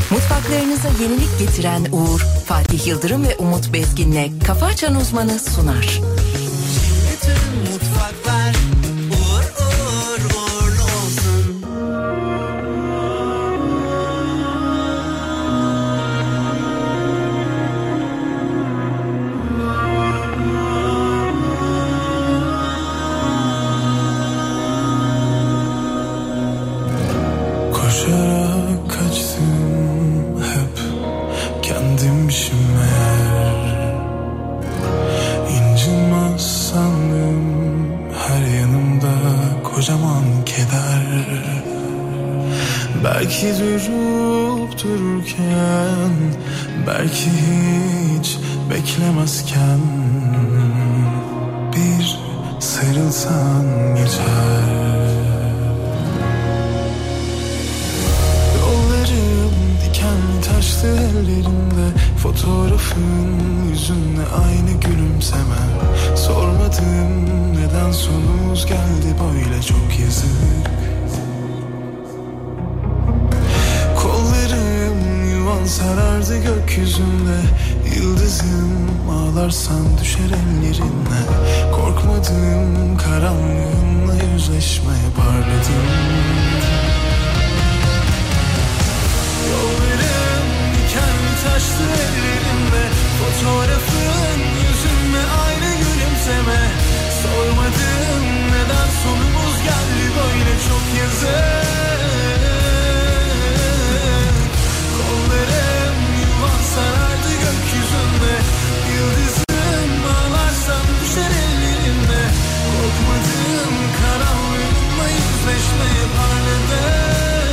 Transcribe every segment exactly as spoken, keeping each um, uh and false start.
Mutfaklarınıza yenilik getiren Uğur, Fatih Yıldırım ve Umut Bezgin'le Kafa Açan Uzmanı sunar. Bütün mutfaklar uğur uğur uğurlu olsun. Koşarak kaçtım hep kendimmişim meğer. İncilmez sandım her yanımda kocaman keder. Belki durup dururken, belki hiç beklemezken bir sarılsan yeter. Taştı ellerimde fotoğrafın, yüzünle aynı gülümseme. Sormadım neden sonumuz geldi böyle, çok yazık. Kollarım yuvan sarardı gökyüzünde. Yıldızım ağlarsan düşer ellerine. Korkmadım karanlığımla yüzleşmeye, parladım. Taştı ellerimde fotoğrafın, yüzünle aynı gülümseme. Sormadım neden sonumuz geldi böyle, çok yazık. Kollarım yuvan sarardı gökyüzünde. Yıldızım ağlarsan düşer ellerinde. Korkmadım karanlığımla yüzleşmeye, parladım.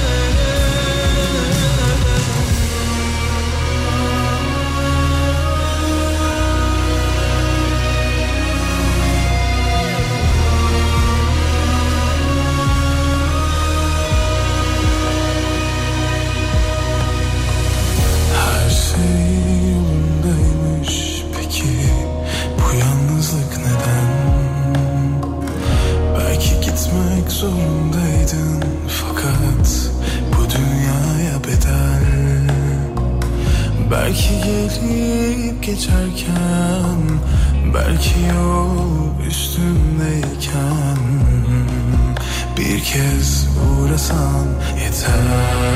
Zorundaydın fakat bu dünyaya bedel. Belki gelip geçerken, belki yol üstündeyken bir kez uğrasan yeter.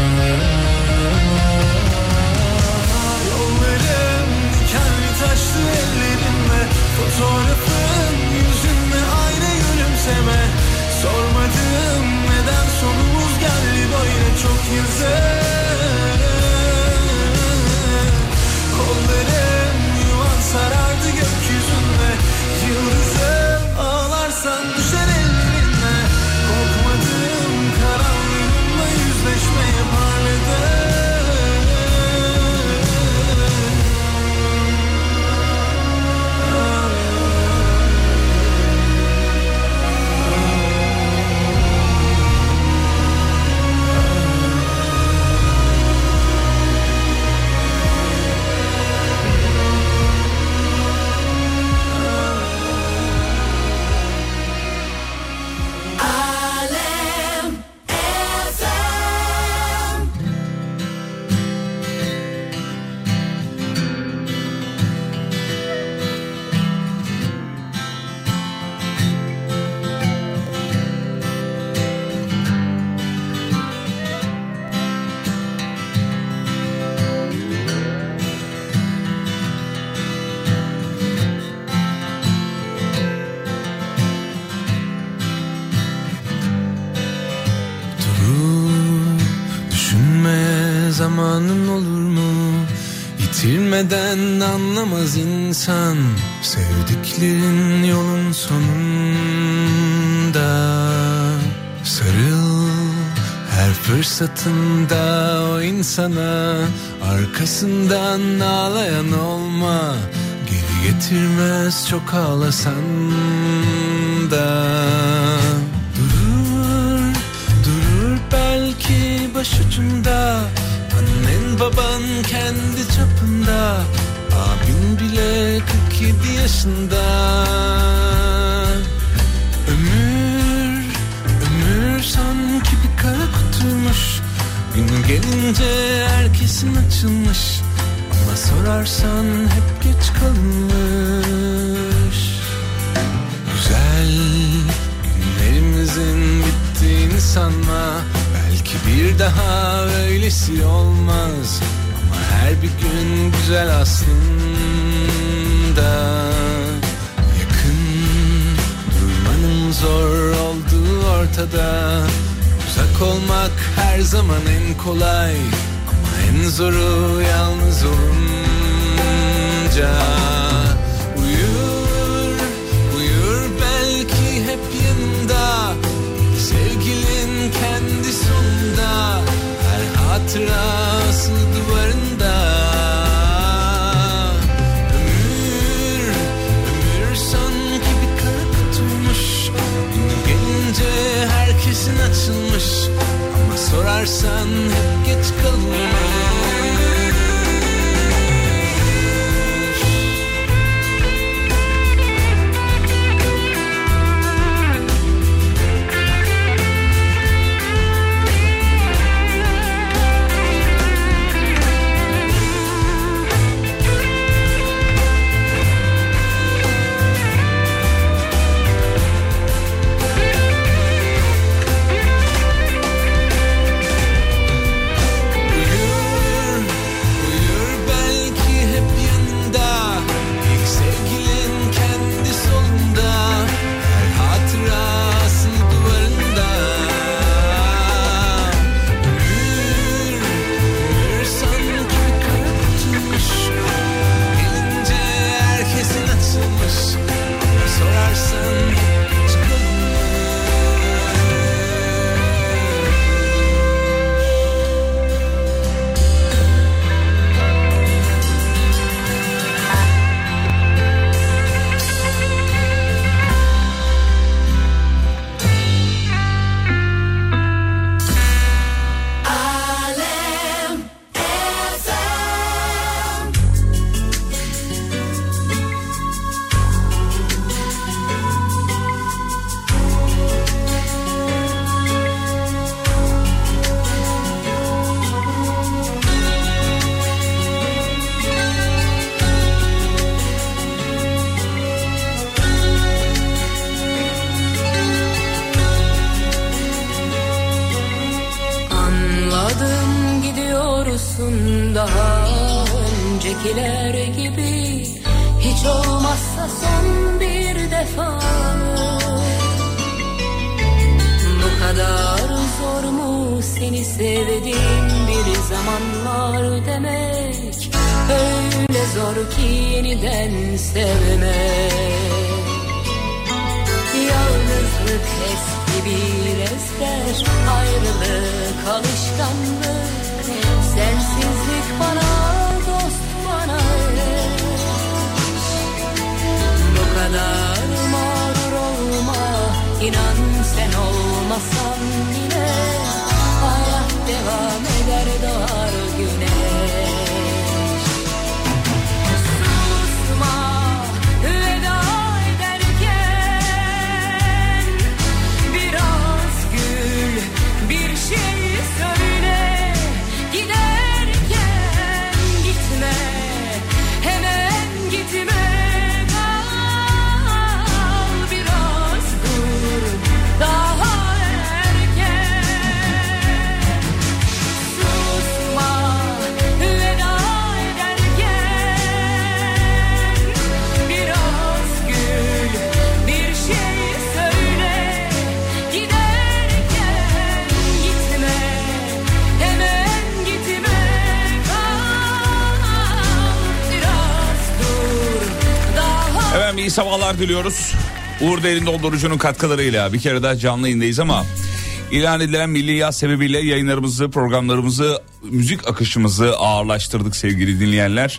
Yollarım dikenli taşlı ellerimde fotoğrafın, yüzünle aynı gülümseme. Sormadım neden sonumuz geldi böyle, çok yazık. Kollarım yuvan sarardı gökyüzünde. Yıldızım ağlarsan düşer ellerine. Korkmadım karanlığımla yüzleşmeye, parladım. Zamanın olur mu? Yitirmeden anlamaz insan sevdiklerin yolun sonunda. Sarıl her fırsatında o insana, arkasından ağlayan olma. Geri getirmez çok ağlasan da. Durur, durur belki başucunda. Annen baban kendi çapında, abin bile kırk yedi yaşında. Ömür, ömür sanki bir kara kutuymuş. Gün gelince herkesin açılmış, ama sorarsan hep geç kalınmış. Güzel günlerimizin bittiğini sanma, belki bir daha öylesi olmaz. Ama her bir gün güzel aslında. Yakın durmanın zor olduğu ortada. Uzak olmak her zaman en kolay, ama en zoru yalnız olunca. Uyur, uyur belki hep yanında, sevgilin kendi sonunda, her hatırası duvarında. Ömür, ömür sanki bir kara kutuymuş, gün gelince herkesin açılmış, ama sorarsan hep geç kalınmış. İyi sabahlar diliyoruz. Uğur Derin Dondurucu'nun katkılarıyla bir kere daha canlı yayındayız ama ilan edilen Milli Yaz sebebiyle yayınlarımızı, programlarımızı, müzik akışımızı ağırlaştırdık sevgili dinleyenler.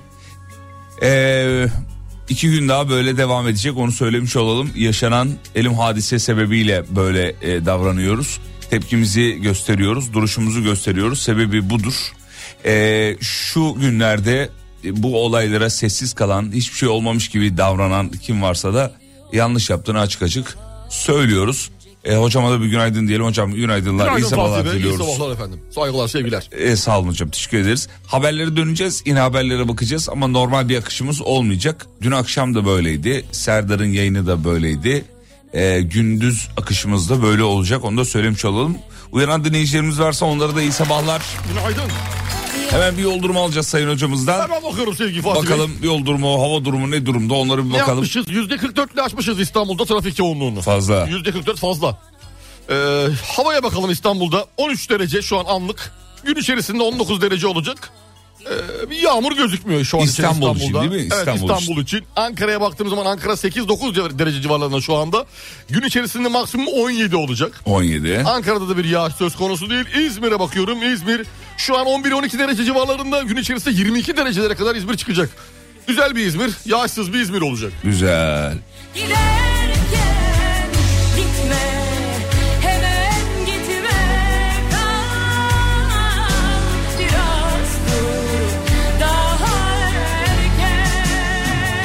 Ee, iki gün daha böyle devam edecek, onu söylemiş olalım. Yaşanan elim hadise sebebiyle böyle e, davranıyoruz. Tepkimizi gösteriyoruz, duruşumuzu gösteriyoruz. Sebebi budur. Ee, şu günlerde bu olaylara sessiz kalan, hiçbir şey olmamış gibi davranan kim varsa da yanlış yaptığını açık açık söylüyoruz. E, hocama da bir günaydın diyelim. Hocam günaydınlar. Günaydın iyi sabahlar Fatih Bey, diliyoruz. İyi sabahlar efendim. Saygılar, sevgiler. E, sağ olun hocam, teşekkür ederiz. Haberlere döneceğiz, yine haberlere bakacağız ama normal bir akışımız olmayacak. Dün akşam da böyleydi, Serdar'ın yayını da böyleydi. E, gündüz akışımız da böyle olacak, onu da söylemiş olalım. Uyanan dinleyicilerimiz varsa onlara da iyi sabahlar. Günaydın. Hemen bir yol durumu alacağız sayın hocamızdan. Hemen bakıyorum sevgili Fatih Bakalım Bey. yol durumu, hava durumu ne durumda, onları bir Ne bakalım. yapmışız? yüzde kırk dört ile açmışız İstanbul'da trafik yoğunluğunu. Fazla. yüzde kırk dört fazla. Ee, havaya bakalım İstanbul'da. on üç derece şu an anlık. Gün içerisinde on dokuz derece olacak. Ee, bir yağmur gözükmüyor şu an İstanbul için için İstanbul'da. değil mi? Evet, İstanbul İstanbul için. Ankara'ya baktığımız zaman Ankara sekiz dokuz derece civarlarında şu anda. Gün içerisinde maksimum on yedi olacak. on yedi. Ankara'da da bir yağış söz konusu değil. İzmir'e bakıyorum. İzmir şu an on bir on iki derece civarlarında. Gün içerisinde yirmi iki derecelere kadar İzmir çıkacak. Güzel bir İzmir, yağışsız bir İzmir olacak. Güzel. Giderken gitme, hemen gitme, kal, biraz dur, daha erken,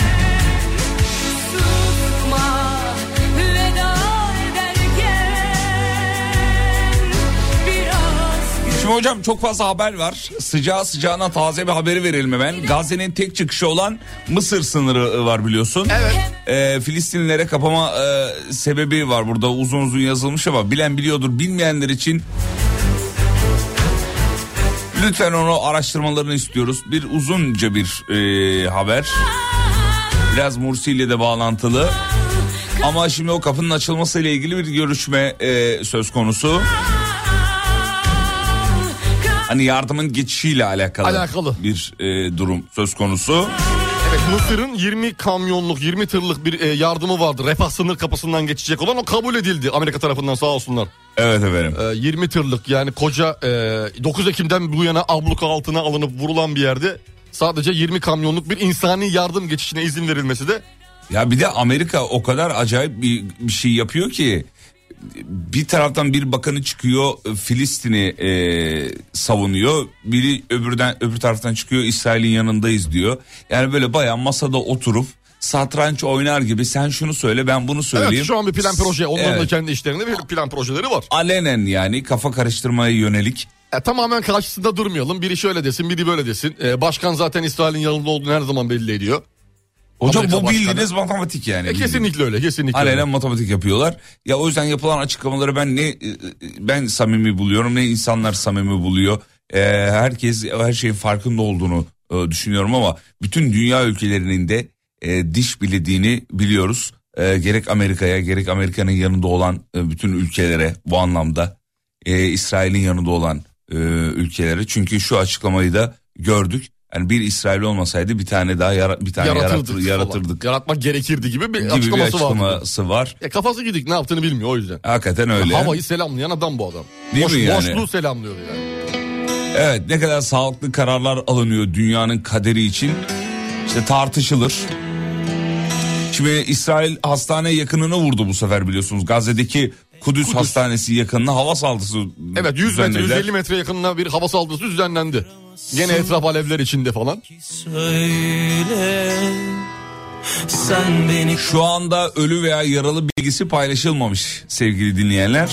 susma, veda ederken, biraz gül. Şimdi hocam çok fazla haber var. Sıcağı sıcağına taze bir haberi verelim hemen. Gazze'nin tek çıkışı olan Mısır sınırı var biliyorsun. Evet. Ee, Filistinlilere kapama e, sebebi var burada, uzun uzun yazılmış ama bilen biliyordur, bilmeyenler için lütfen onu araştırmalarını istiyoruz. Bir uzunca bir e, haber. Biraz Mursi ile de bağlantılı. Ama şimdi o kapının açılmasıyla ilgili bir görüşme e, söz konusu. Hani yardımın geçişiyle alakalı, Alakalı. bir e, durum söz konusu. Evet, Mısır'ın yirmi kamyonluk, yirmi tırlık bir e, yardımı vardı. Refah sınır kapısından geçecek olan, o kabul edildi Amerika tarafından, sağ olsunlar. Evet efendim. E, yirmi tırlık yani koca e, dokuz Ekim'den bu yana abluka altına alınıp vurulan bir yerde sadece yirmi kamyonluk bir insani yardım geçişine izin verilmesi de. Ya bir de Amerika o kadar acayip bir, bir şey yapıyor ki, bir taraftan bir bakanı çıkıyor Filistin'i e, savunuyor, biri öbürden öbür taraftan çıkıyor İsrail'in yanındayız diyor. Yani böyle bayağı masada oturup satranç oynar gibi, sen şunu söyle ben bunu söyleyeyim. Evet, şu an bir plan proje, onların Evet. da kendi işlerinde bir plan projeleri var. Alenen yani kafa karıştırmaya yönelik. E, tamamen karşısında durmayalım, biri şöyle desin biri böyle desin. E, başkan zaten İsrail'in yanında olduğunu her zaman belli ediyor. Hocam Amerika bu başkanı. bildiğiniz matematik yani. E, kesinlikle öyle, kesinlikle Alenen öyle. matematik yapıyorlar. Ya o yüzden yapılan açıklamaları ben ne ben samimi buluyorum, ne insanlar samimi buluyor. Ee, herkes her şeyin farkında olduğunu e, düşünüyorum ama bütün dünya ülkelerinin de e, diş bilediğini biliyoruz. E, gerek Amerika'ya, gerek Amerika'nın yanında olan e, bütün ülkelere, bu anlamda e, İsrail'in yanında olan e, ülkelere. Çünkü şu açıklamayı da gördük. Yani bir İsrail olmasaydı bir tane daha yara, bir tane Yaratırdık, yaratır, yaratırdık. falan. Yaratmak gerekirdi gibi bir gibi açıklaması, bir açıklaması var. var. E, kafası gidik, ne yaptığını bilmiyor o yüzden. Hakikaten öyle. Havayı selamlayan adam bu adam. Değil Boş, mi yani? Boşluğu selamlıyor yani. Evet, ne kadar sağlıklı kararlar alınıyor dünyanın kaderi için işte tartışılır. Şimdi İsrail hastane yakınını vurdu bu sefer biliyorsunuz. Gazze'deki Kudüs, Kudüs. Hastanesi yakınına hava saldırısı Evet, yüz metre düzenlediler. yüz elli metre yakınına bir hava saldırısı düzenlendi. Gene etraf alevler içinde falan. Söyle sen beni Şu anda ölü veya yaralı bilgisi paylaşılmamış sevgili dinleyenler.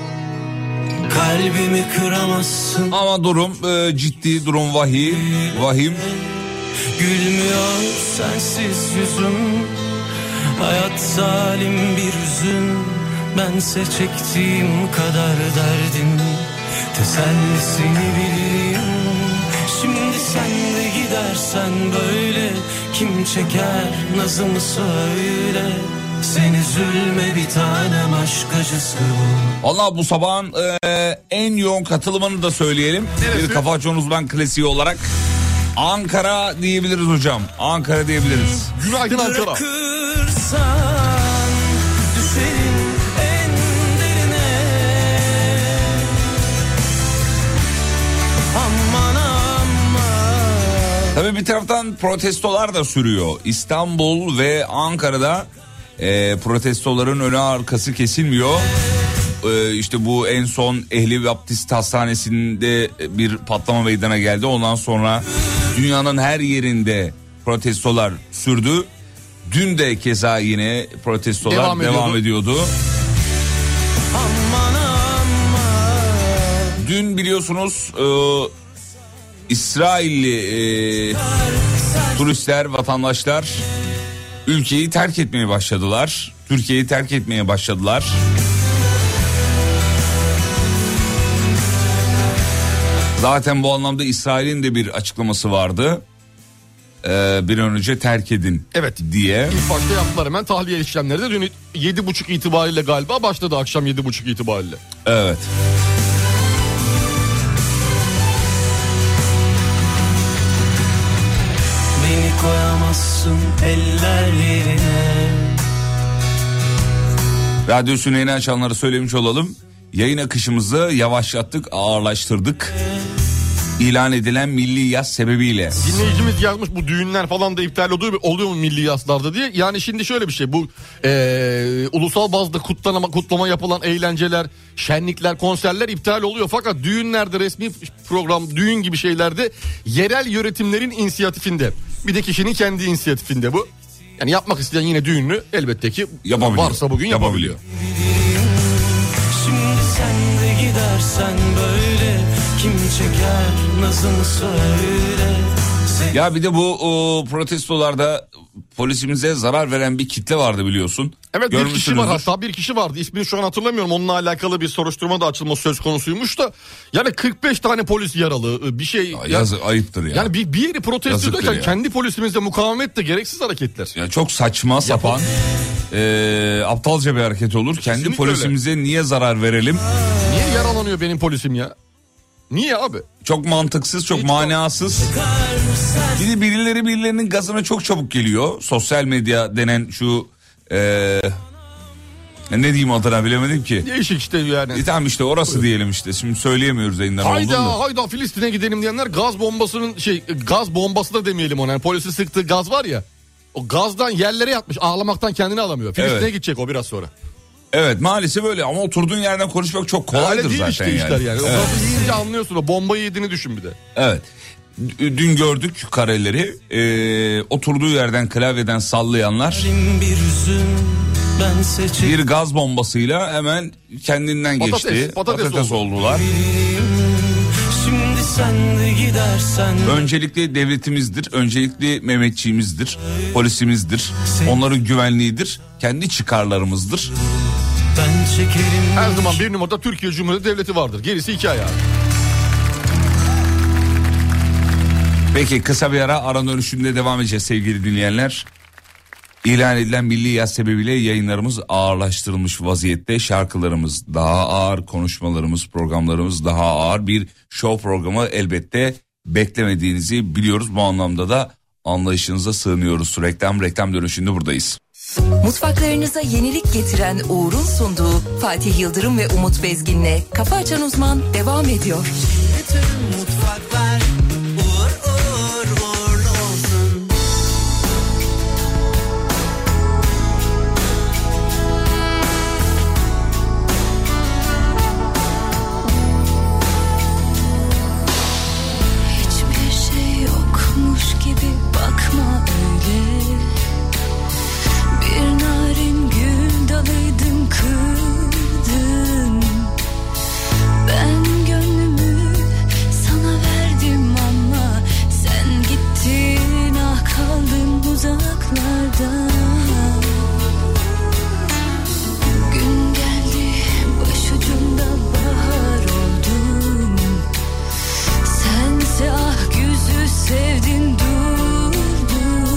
kalbimi kıramazsın. Ama durum e, ciddi, durum vahiy, vahim. Gülmüyor sensiz yüzüm. Hayat zalim bir hüzün. Bense çektiğim kadar derdim. Tesellisini bilirim. Şimdi sen de gidersen böyle, kim çeker nazımı söyle. Sen üzülme bir tanem, aşk acısı bu. Valla bu sabahın e, en yoğun katılımını da söyleyelim. Neresi? Bir Kafa Açan Uzman klasiği olarak Ankara diyebiliriz hocam. Ankara diyebiliriz. Günaydın Ankara. Bırakırsan düşerim en derine. Aman aman. Tabii bir taraftan protestolar da sürüyor. İstanbul ve Ankara'da e, protestoların önü arkası kesilmiyor. E, işte bu en son Ehli Baptist Hastanesi'nde bir patlama meydana geldi. Ondan sonra dünyanın her yerinde protestolar sürdü. Dün de keza yine protestolar Devam devam, ediyordu. ediyordu. Dün biliyorsunuz e, İsrailli e, turistler, vatandaşlar ülkeyi terk etmeye başladılar. Türkiye'yi terk etmeye başladılar. Zaten bu anlamda İsrail'in de bir açıklaması vardı. Ee, bir an önce terk edin evet. diye. İlk başta yaptılar hemen tahliye işlemleri de dün yedi buçuk itibariyle galiba başladı, akşam yedi buçuk itibariyle. Evet. Beni koyamazsın eller yerine. Radyo Süneyni açanları söylemiş olalım. Yayın akışımızı yavaşlattık, ağırlaştırdık. İlan edilen milli yas sebebiyle. Dinleyicimiz yazmış, bu düğünler falan da iptal oluyor, oluyor mu milli yaslarda diye. Yani şimdi şöyle bir şey, bu e, ulusal bazda kutlama, kutlama yapılan eğlenceler, şenlikler, konserler iptal oluyor. Fakat düğünlerde, resmi program, düğün gibi şeylerde yerel yönetimlerin inisiyatifinde. Bir de kişinin kendi inisiyatifinde bu. Yani yapmak isteyen yine düğününü elbette ki yapabiliyor. Varsa bugün yapabiliyor. yapabiliyor. Şimdi sen de gidersen böyle kim çeker nazını söyle. Ya bir de bu o, protestolarda polisimize zarar veren bir kitle vardı biliyorsun. Evet, bir kişi var, hatta bir kişi vardı, ismini şu an hatırlamıyorum, onunla alakalı bir soruşturma da açılması söz konusuymuş da. Yani kırk beş tane polis yaralı bir şey. Ya, yazık, ya, ayıptır ya. Yani bir, bir yeri protesto ederken kendi polisimizde mukavemet de gereksiz hareketler. Ya çok saçma sapan e, aptalca bir hareket olur. Kendi kesinlikle polisimize öyle. Niye zarar verelim? Niye yaralanıyor benim polisim ya? Niye abi? Çok mantıksız, çok hiç manasız. Bir de birileri birilerinin gazına çok çabuk geliyor. Sosyal medya denen şu e, ne diyeyim adına bilemedim ki. Değişik işte yani. E tamam işte orası diyelim işte. Şimdi söyleyemiyoruz yayından hayda, olduğunu. Hayda Filistin'e gidelim diyenler gaz bombasının şey gaz bombası da demeyelim ona. Yani polisin sıktığı gaz var ya. O gazdan yerlere yatmış, ağlamaktan kendini alamıyor. Filistin'e evet. gidecek o biraz sonra. Evet maalesef öyle ama oturduğun yerden konuşmak çok kolaydır öyle değil zaten işte yani. Işler yani. O evet. gazı yiyince anlıyorsun, o bombayı yediğini düşün bir de. Evet. Dün gördük kareleri. Ee, oturduğu yerden klavyeden sallayanlar bir, üzüm, ben bir gaz bombasıyla hemen kendinden patates, geçti. Patates, patates oldu. oldular. Şimdi sen de gidersen. Öncelikli devletimizdir, öncelikli Mehmetçiğimizdir, polisimizdir, onların güvenliğidir, kendi çıkarlarımızdır. Ben çekerim. Her zaman bir numarada Türkiye Cumhuriyeti Devleti vardır. Gerisi hikaye abi. Peki kısa bir ara, ara dönüşünde devam edeceğiz sevgili dinleyenler. İlan edilen milli yaz sebebiyle yayınlarımız ağırlaştırılmış vaziyette. Şarkılarımız daha ağır, konuşmalarımız, programlarımız daha ağır. Bir show programı elbette beklemediğinizi biliyoruz. Bu anlamda da anlayışınıza sığınıyoruz. Reklam reklam dönüşünde buradayız. Mutfaklarınıza yenilik getiren Uğur'un sunduğu Fatih Yıldırım ve Umut Bezgin'le Kafa Açan Uzman devam ediyor. Bütün mutfaklar uğur uğur uğurlu olsun. Hiçbir şey yokmuş gibi bakma öyle. Bir narin gül dalıydım, kırdın. Ben gönlümü sana verdim ama sen gittin, ah kaldım uzaklarda. Gün geldi başucumda, bahar oldun. Sense ah güzü sevdin, durdun.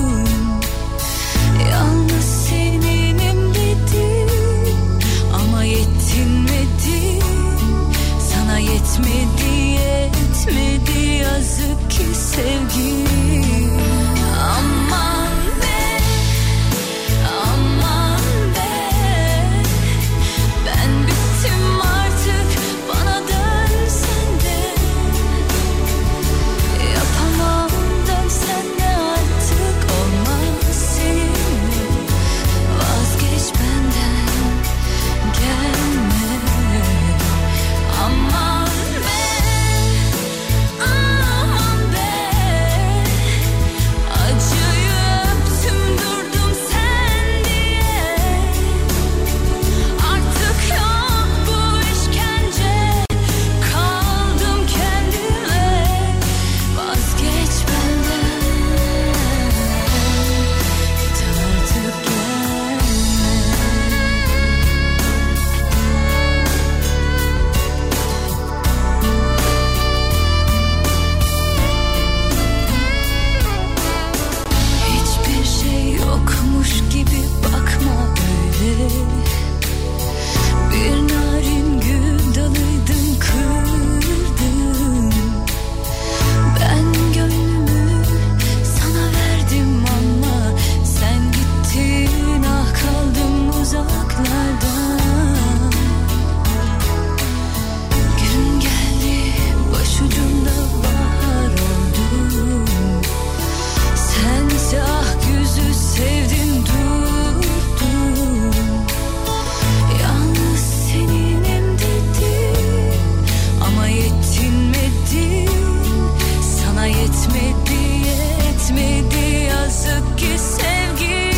ki sevgi.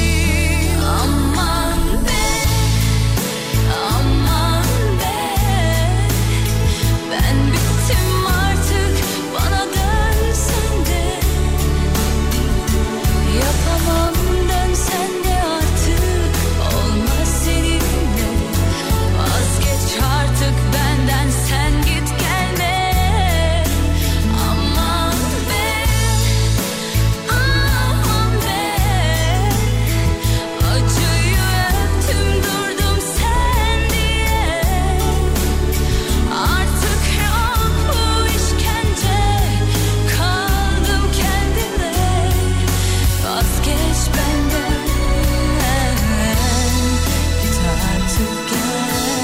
Aman be, aman be, ben bittim artık, bana dönsen de. Yapamam, dönsen de artık, olmaz seninle. Vazgeç artık benden, sen git gelme. Aman be, aman be, acıyı öptüm durdum sen diye. Artık yok bu işkence, kaldım kendime. Vazgeç benden, git artık gelme.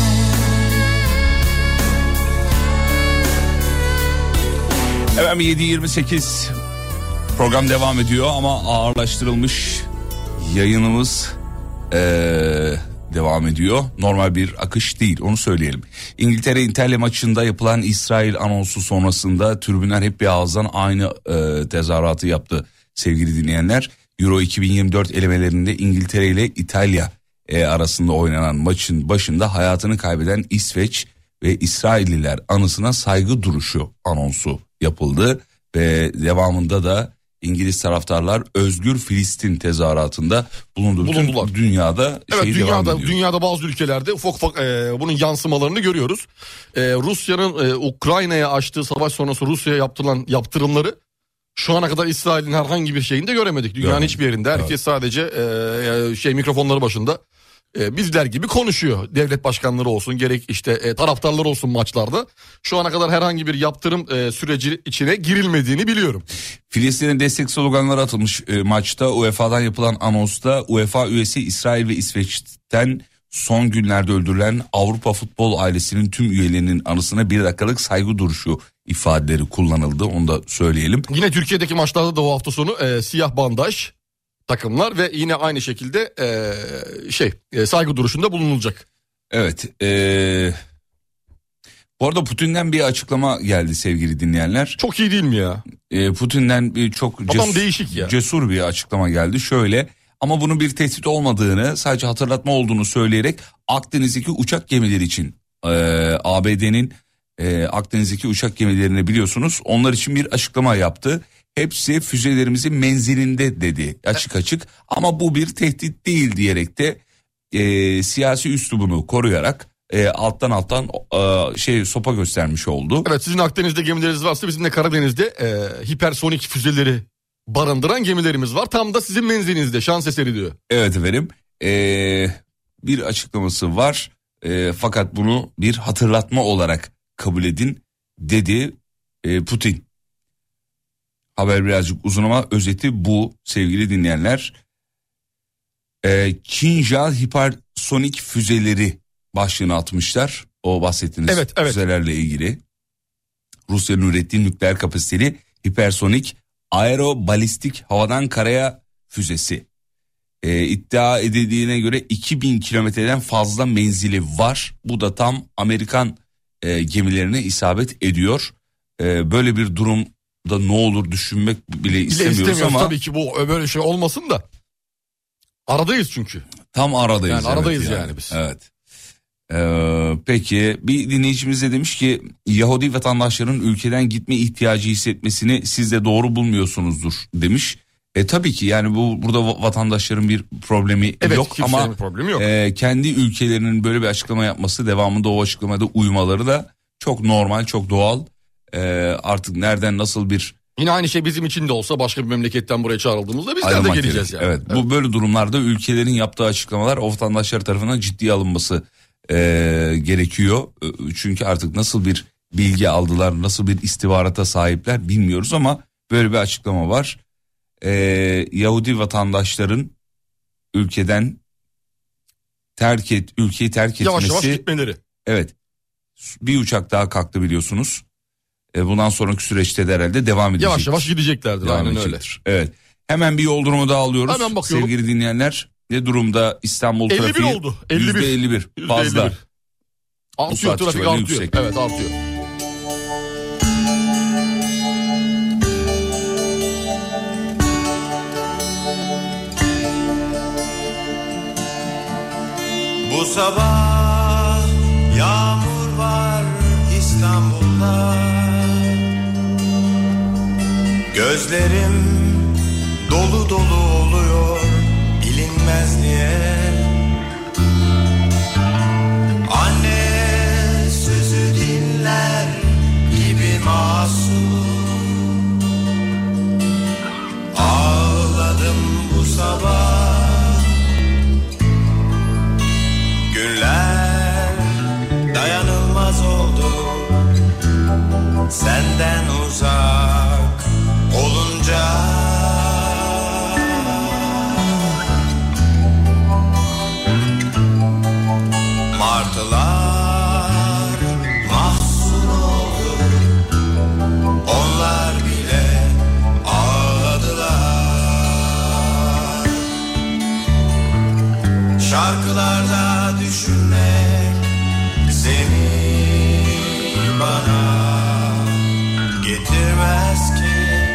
Efendim yedi yirmi sekiz program devam ediyor ama ağırlaştırılmış yayınımız eee, devam ediyor. Normal bir akış değil, onu söyleyelim. İngiltere Inter'le maçında yapılan İsrail anonsu sonrasında tribünler hep bir ağızdan aynı eee, tezahüratı yaptı sevgili dinleyenler. Euro iki bin yirmi dört elemelerinde İngiltere ile İtalya eee, arasında oynanan maçın başında hayatını kaybeden İsveç ve İsrailliler anısına saygı duruşu anonsu yapıldı ve devamında da İngiliz taraftarlar Özgür Filistin tezahüratında bulundu. Bütün Bulundular. dünyada Evet, şey devam dünyada ediyor. dünyada bazı ülkelerde ufak ufak e, bunun yansımalarını görüyoruz. E, Rusya'nın e, Ukrayna'ya açtığı savaş sonrası Rusya'ya yaptırılan yaptırımları şu ana kadar İsrail'in herhangi bir şeyinde göremedik. Dünyanın Göremedik. hiçbir yerinde herkes Evet. sadece e, şey mikrofonları başında e, bizler gibi konuşuyor. Devlet başkanları olsun, gerek işte e, taraftarlar olsun maçlarda. Şu ana kadar herhangi bir yaptırım e, süreci içine girilmediğini biliyorum. Filistin'e destek sloganları atılmış e, maçta. U E F A'dan yapılan anonsta U E F A üyesi İsrail ve İsveç'ten son günlerde öldürülen Avrupa futbol ailesinin tüm üyelerinin anısına bir dakikalık saygı duruşu ifadeleri kullanıldı. Onu da söyleyelim. Yine Türkiye'deki maçlarda da o hafta sonu e, siyah bandaj takımlar ve yine aynı şekilde e, şey e, saygı duruşunda bulunulacak. Evet. E, bu arada Putin'den bir açıklama geldi sevgili dinleyenler. Çok iyi değil mi ya? E, Putin'den bir çok Adam cesur, değişik ya. cesur bir açıklama geldi. Şöyle, ama bunun bir tehdit olmadığını, sadece hatırlatma olduğunu söyleyerek Akdeniz'deki uçak gemileri için e, A B D'nin e, Akdeniz'deki uçak gemilerini biliyorsunuz, onlar için bir açıklama yaptı. Hepsi füzelerimizin menzilinde dedi açık açık, ama bu bir tehdit değil diyerek de e, siyasi üslubunu koruyarak e, alttan alttan e, şey sopa göstermiş oldu. Evet, sizin Akdeniz'de gemileriniz varsa bizim de Karadeniz'de e, hipersonik füzeleri barındıran gemilerimiz var. Tam da sizin menzilinizde, şans eseri diyor. Evet efendim, ee, bir açıklaması var, ee, fakat bunu bir hatırlatma olarak kabul edin dedi e, Putin. Haber birazcık uzun ama özeti bu sevgili dinleyenler. Ee, Kinjal hipersonik füzeleri başlığını atmışlar, o bahsettiğiniz Evet, evet. füzelerle ilgili. Rusya'nın ürettiği nükleer kapasiteli hipersonik aerobalistik havadan karaya füzesi. Ee, iddia edildiğine göre iki bin kilometreden fazla menzili var. Bu da tam Amerikan e, gemilerine isabet ediyor. E, böyle bir durumda ne olur düşünmek bile Bile istemiyoruz, istemiyoruz ama tabii ki, bu böyle şey olmasın da. Aradayız çünkü. tam aradayız. Yani aradayız yani biz. Evet. Ee, peki bir dinleyicimiz de demiş ki Yahudi vatandaşların ülkeden gitme ihtiyacı hissetmesini siz de doğru bulmuyorsunuzdur demiş. E tabii ki yani bu burada vatandaşların bir problemi Evet, yok kimsenin ama bir problemi yok. e, kendi ülkelerinin böyle bir açıklama yapması, devamında o açıklamada uymaları da çok normal, çok doğal. E, artık nereden nasıl bir Yine aynı şey bizim için de olsa başka bir memleketten buraya çağrıldığımızda bizler de ayrılmak geleceğiz gerek. yani. Evet, bu böyle durumlarda ülkelerin yaptığı açıklamalar o vatandaşlar tarafından ciddiye alınması e, gerekiyor. Çünkü artık nasıl bir bilgi aldılar, nasıl bir istihbarata sahipler bilmiyoruz ama böyle bir açıklama var. E, Yahudi vatandaşların ülkeden terk et, ülkeyi terk etmesi. Yavaş yavaş gitmeleri. Evet, bir uçak daha kalktı biliyorsunuz. E, bundan sonraki süreçte de herhalde devam edecek. Yavaş yavaş gideceklerdir, Devam aynen öyle. edecektir. Evet. Hemen bir yol durumu daha alıyoruz. Hemen bakıyorum. Sevgili dinleyenler, ne durumda İstanbul elli bir trafiği? oldu. elli bir. yüzde elli bir. yüzde Fazla. elli bir. Artıyor, saat trafik itibariyle artıyor. yüksek. Evet, artıyor. sabah yağmur var İstanbul'da. Gözlerim dolu dolu oluyor bilinmez niye. Anne sözü dinler gibi masum. Ağladım bu sabah. Günler dayanılmaz oldu senden uzak olunca. Martılar mahzun oldu, onlar bile ağladılar. Şarkılarda düşünmek seni bana getirmez ki.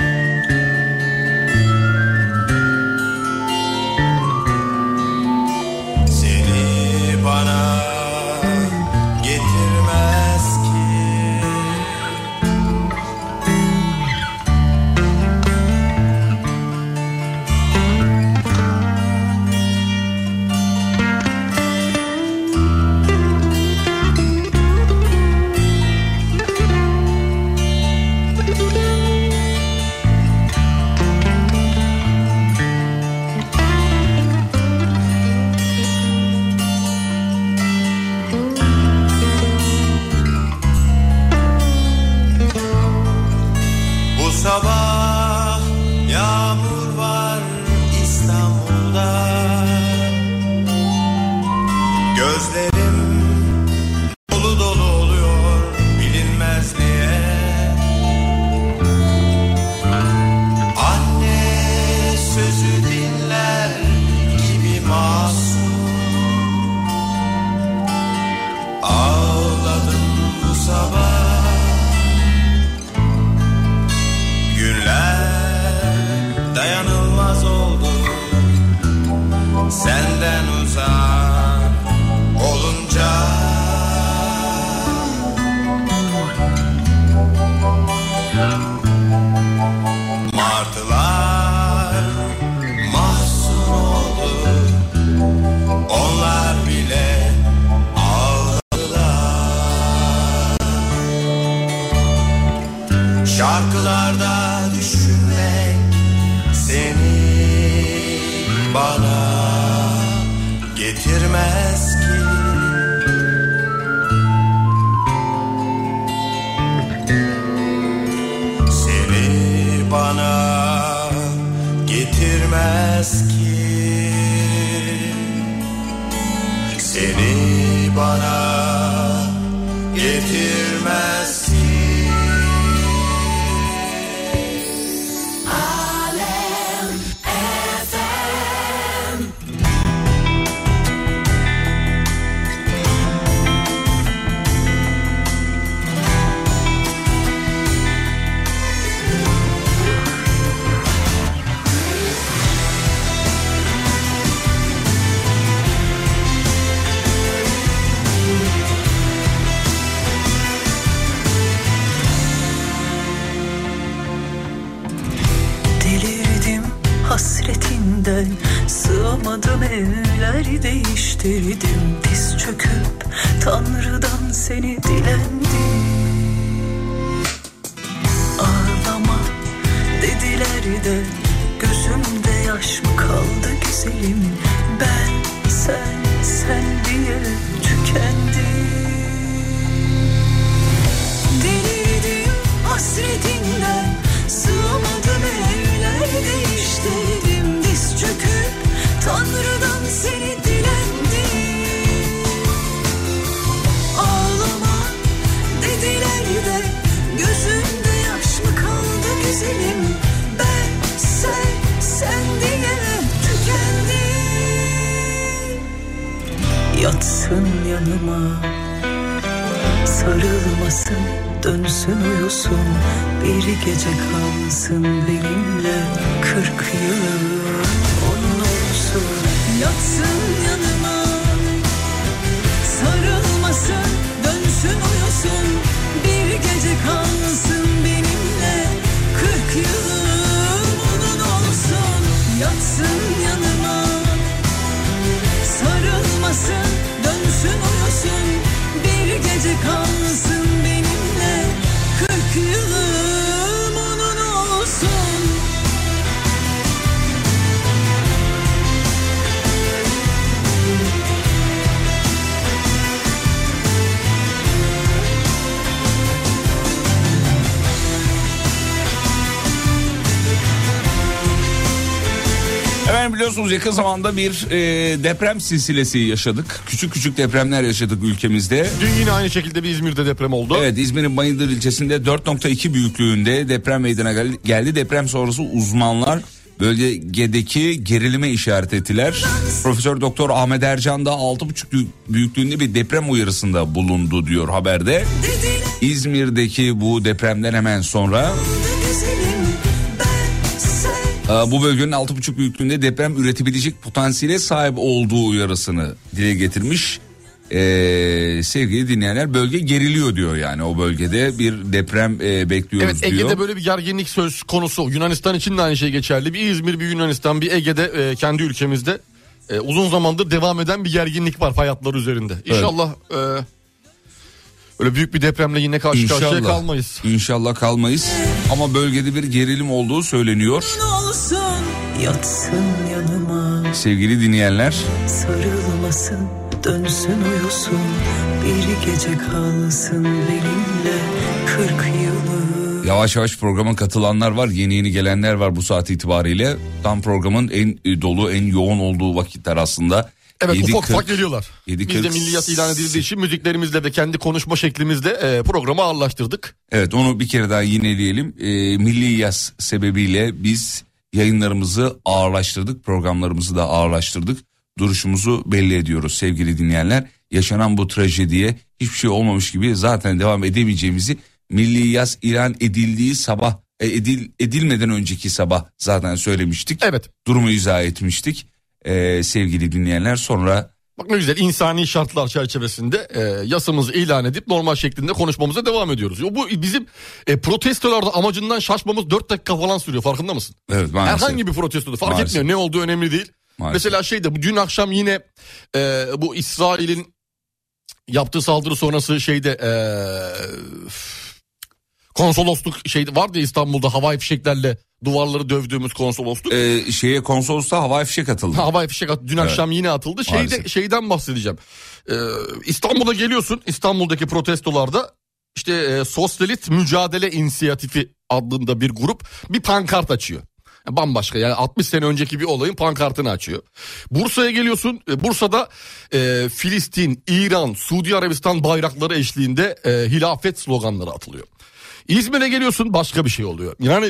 Seni bana getirmez ki. Bu sabah yağmur var İstanbul'da. Gözlerim dolu dolu oluyor bilinmez niye. Anne sözü dinler gibi masum. Ağladım bu sabah. Günler dayanılmaz oldu senden uzak olunca. Martılar mahzun oldu, onlar bile ağladılar. Şarkılarda düşünmek seni bana getirmez ki. Seni bana getirmez ki. Seni bana getirmez ki. Hasretinden sığamadım, evler değiştirdim. Diz çöküp Tanrı'dan seni dilendim. Ağlama dediler de gözümde yaş mı kaldı güzelim. Ben sen sen diye tükendim. Delirdim hasretinden, sığamadım, evler değiştirdim. Diz çöküp Tanrı'dan seni dilendim. Ağlama dediler de gözümde yaş mı kaldı güzelim. Ben sen sen diye tükendim. Yatsın yanıma, sarılmasın, dönsün uyusun, bir gece kalsın benimle, kırk yıl onun olsun. Yatsın yanıma, kalsın benimle, kırk yılım onun olsun. Efendim biliyorsunuz yakın zamanda bir e, deprem silsilesi yaşadık. Küçük küçük depremler yaşadık ülkemizde. Dün yine aynı şekilde bir İzmir'de deprem oldu. Evet, İzmir'in Bayındır ilçesinde dört nokta iki büyüklüğünde deprem meydana gel- geldi. Deprem sonrası uzmanlar bölgedeki gerilime işaret ettiler. Profesör Doktor Ahmet Ercan da altı buçuk büyüklüğünde bir deprem uyarısında bulundu diyor haberde. İzmir'deki bu depremden hemen sonra bu bölgenin altı buçuk büyüklüğünde deprem üretebilecek potansiyele sahip olduğu uyarısını dile getirmiş. Ee, sevgili dinleyenler, bölge geriliyor diyor, yani o bölgede bir deprem e, bekliyoruz evet, diyor. Evet, Ege'de böyle bir gerginlik söz konusu. Yunanistan için de aynı şey geçerli. Bir İzmir, bir Yunanistan, bir Ege'de e, kendi ülkemizde e, uzun zamandır devam eden bir gerginlik var fay hatları üzerinde. İnşallah e, öyle büyük bir depremle yine karşı İnşallah, karşıya kalmayız. İnşallah kalmayız ama bölgede bir gerilim olduğu söyleniyor. Olsun, yatsın yanıma, sevgili dinleyenler. sarılmasın, dönsün uyusun, bir gece kalsın benimle, kırk yılı. Yavaş yavaş programa katılanlar var, yeni yeni gelenler var bu saat itibariyle. Tam programın en dolu, en yoğun olduğu vakitler aslında. Evet, yedi ufak kırk, ufak geliyorlar. yedi Biz de kırk milliyat ilan edildiği için müziklerimizle de kendi konuşma şeklimizle e, programı ağırlaştırdık. Evet, onu bir kere daha yineleyelim. E, milli yaz sebebiyle biz yayınlarımızı ağırlaştırdık, programlarımızı da ağırlaştırdık. Duruşumuzu belli ediyoruz sevgili dinleyenler. Yaşanan bu trajediye hiçbir şey olmamış gibi zaten devam edemeyeceğimizi milli yaz ilan edildiği sabah, e, edil, edilmeden önceki sabah zaten söylemiştik. Evet. Durumu izah etmiştik. Ee, sevgili dinleyenler, sonra bak ne güzel, insani şartlar çerçevesinde e, yasamızı ilan edip normal şeklinde konuşmamıza devam ediyoruz. Bu bizim e, protestolarda amacından şaşmamız dört dakika falan sürüyor, farkında mısın? Evet, maalesef. Herhangi bir protestoda fark Maalesef. etmiyor, ne olduğu önemli değil. Maalesef. Mesela şeyde bu dün akşam yine e, bu İsrail'in yaptığı saldırı sonrası şeyde e, konsolosluk şeyde vardı ya, İstanbul'da havai fişeklerle duvarları dövdüğümüz konsolosluk. Ee, şeye konsolosluğa havai fişek atıldı. Ha, havai fişek at, dün Evet. akşam yine atıldı. Şeyde Maalesef. şeyden bahsedeceğim. Ee, İstanbul'a geliyorsun. İstanbul'daki protestolarda işte e, Sosyalist Mücadele İnisiyatifi adında bir grup bir pankart açıyor. Bambaşka, yani altmış sene önceki bir olayın pankartını açıyor. Bursa'ya geliyorsun. E, Bursa'da e, Filistin, İran, Suudi Arabistan bayrakları eşliğinde e, hilafet sloganları atılıyor. İzmir'e geliyorsun, başka bir şey oluyor. Yani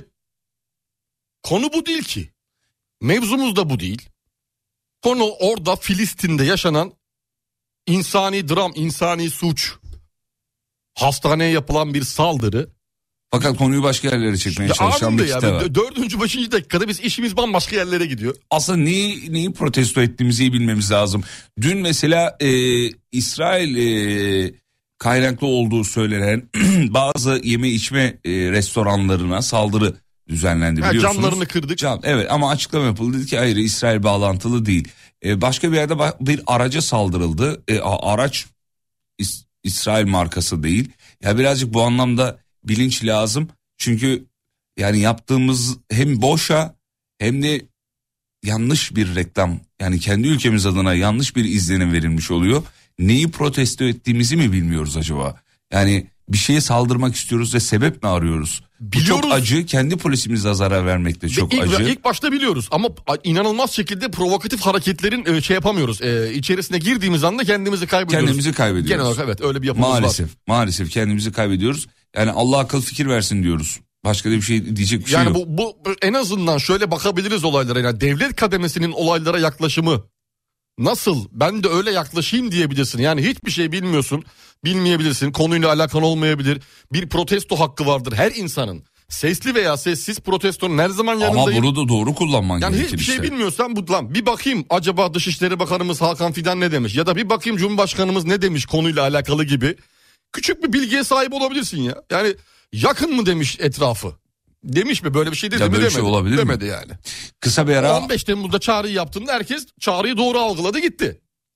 konu bu değil ki. Mevzumuz da bu değil. Konu orada Filistin'de yaşanan insani dram, insani suç. Hastaneye yapılan bir saldırı. Fakat konuyu başka yerlere çekmeye çalışan bir ya, kitle var. dördüncü, beşinci dakikada biz işimiz bambaşka yerlere gidiyor. Aslında neyi, neyi protesto ettiğimizi iyi bilmemiz lazım. Dün mesela e, İsrail e, kaynaklı olduğu söylenen bazı yeme içme e, restoranlarına saldırı düzenlendi, Ha, biliyorsunuz. camlarını kırdık. Cam, evet, ama açıklama yapıldı, dedi ki hayır, İsrail bağlantılı değil. E, başka bir yerde ba- bir araca saldırıldı. E, a- araç İs- İsrail markası değil. Ya birazcık bu anlamda bilinç lazım. Çünkü yani yaptığımız hem boşa hem de yanlış bir reklam. Yani kendi ülkemiz adına yanlış bir izlenim verilmiş oluyor. Neyi protesto ettiğimizi mi bilmiyoruz acaba? Yani bir şeye saldırmak istiyoruz ve sebep mi arıyoruz? Biliyoruz. Bu çok acı. Kendi polisimize zarar vermekte çok ilk, acı. İlk başta biliyoruz ama inanılmaz şekilde provokatif hareketlerin e, şey yapamıyoruz. E, içerisine girdiğimiz anda kendimizi kaybediyoruz. Kendimizi kaybediyoruz. Genel olarak evet, öyle bir yapımız maalesef, var. Maalesef kendimizi kaybediyoruz. Yani Allah akıl fikir versin diyoruz. Başka da bir şey diyecek bir şey Yani yok. bu, bu en azından şöyle bakabiliriz olaylara. Yani devlet kademesinin olaylara yaklaşımı nasıl? Ben de öyle yaklaşayım diyebilirsin. Yani hiçbir şey bilmiyorsun, bilmeyebilirsin. Konuyla alakan olmayabilir. Bir protesto hakkı vardır her insanın. Sesli veya sessiz protestonun her zaman yanındayım. Ama bunu da doğru kullanman yani gerekir hiçbir işte. şey bilmiyorsan bu lan bir bakayım acaba Dışişleri Bakanımız Hakan Fidan ne demiş? Ya da bir bakayım Cumhurbaşkanımız ne demiş konuyla alakalı gibi. Küçük bir bilgiye sahip olabilirsin ya. Yani yakın mı demiş etrafı? Demiş mi, böyle bir şey dedi Ya mi, böyle demedi. şey olabilir demedi mi? yani. Kısa bir ara on beş Temmuz'da çağrıyı yaptığında herkes çağrıyı doğru algıladı gitti.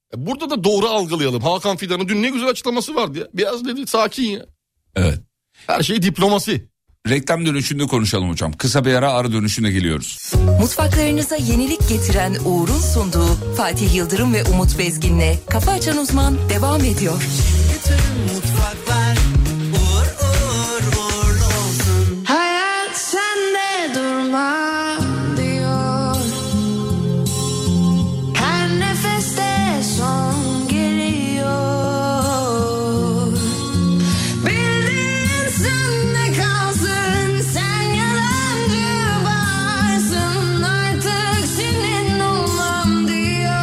Burada da doğru algılayalım. Hakan Fidan'ın dün ne güzel açıklaması vardı ya. Biraz dedi sakin ya. Evet. Her şey diplomasi. Reklam dönüşünde konuşalım hocam. Kısa bir ara, ara dönüşünde geliyoruz. Mutfaklarınıza yenilik getiren Uğur'un sunduğu Fatih Yıldırım ve Umut Bezgin'le Kafa Açan Uzman devam ediyor. Bütün mutfaklar uğur uğur uğurlu olsun. Hayat sende durma diyor. Her nefeste son geliyor. Bildiğin sende kalsın. Sen yalancı varsın. Artık senin olmam diyor.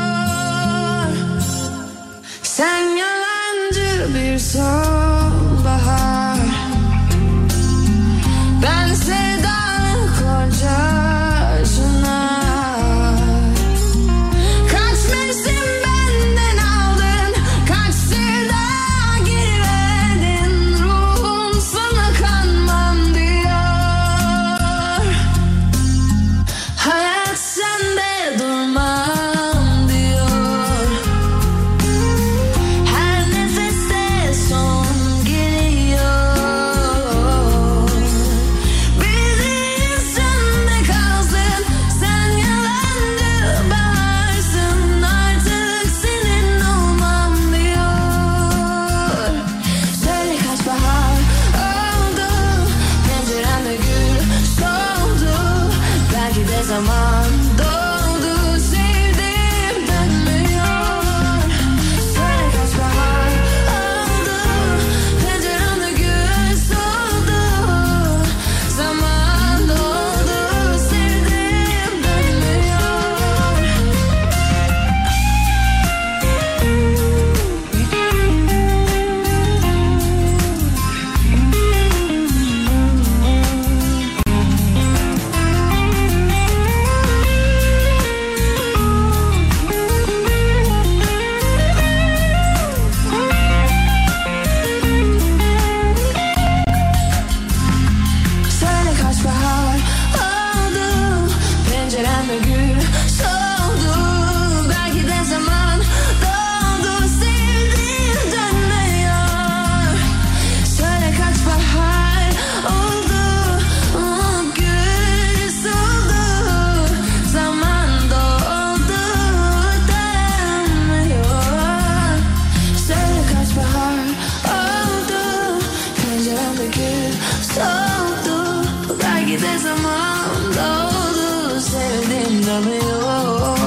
Sen yalancı bir sonbahar. Ben sevdalı kocacına. Kaç mevsim benden aldın. Kaç sevda geri verdin. Ruhum sana kanmam diyor. Hayat sende durmam diyor. Her nefeste son geliyor. Bildiğin sende kalsın. Sen yalancı varsın. Artık senin olmam diyor. Söyle kaç bahar oldu. Penceremde gül soldu. Belki de zaman doldu. Sevdim dönmüyor. Söyle kaç bahar oldu. Penceremde gül soldu. Zaman doldu. Sevdim dönmüyor. Söyle kaç bahar oldu. Penceremde gül soldu. Belki de zaman doldu. Sevdiğim dönmüyor. Söyle kaç bahar oldu. O gül soldu. Zaman doldu. Dönmüyor. Söyle kaç bahar oldu. Penceremde gül soldu. Belki de zaman doldu. Sevdim dönmüyor.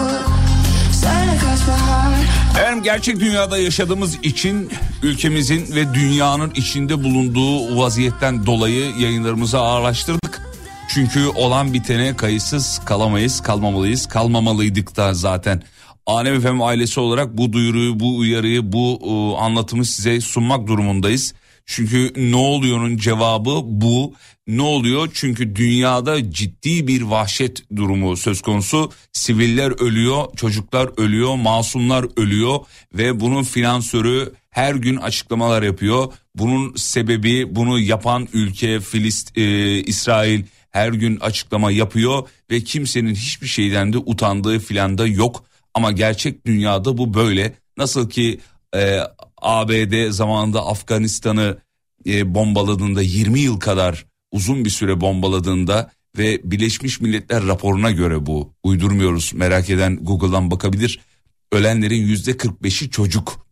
Söyle kaç bahar. Efendim, gerçek dünyada yaşadığımız için ülkemizin ve dünyanın içinde bulunduğu vaziyetten dolayı yayınlarımızı ağırlaştırdık. Çünkü olan bitene kayıtsız kalamayız, kalmamalıyız, kalmamalıydık da zaten. Alem F M ailesi olarak bu duyuruyu, bu uyarıyı, bu e, anlatımı size sunmak durumundayız. Çünkü ne oluyor'nun cevabı bu. Ne oluyor? Çünkü dünyada ciddi bir vahşet durumu söz konusu. Siviller ölüyor, çocuklar ölüyor, masumlar ölüyor ve bunun finansörü her gün açıklamalar yapıyor. Bunun sebebi, bunu yapan ülke Filist, e, İsrail her gün açıklama yapıyor ve kimsenin hiçbir şeyden de utandığı filan da yok. Ama gerçek dünyada bu böyle. Nasıl ki e, A B D zamanında Afganistan'ı e, bombaladığında, yirmi yıl kadar uzun bir süre bombaladığında ve Birleşmiş Milletler raporuna göre, bu uydurmuyoruz, merak eden Google'dan bakabilir, ölenlerin yüzde kırk beşi çocuk.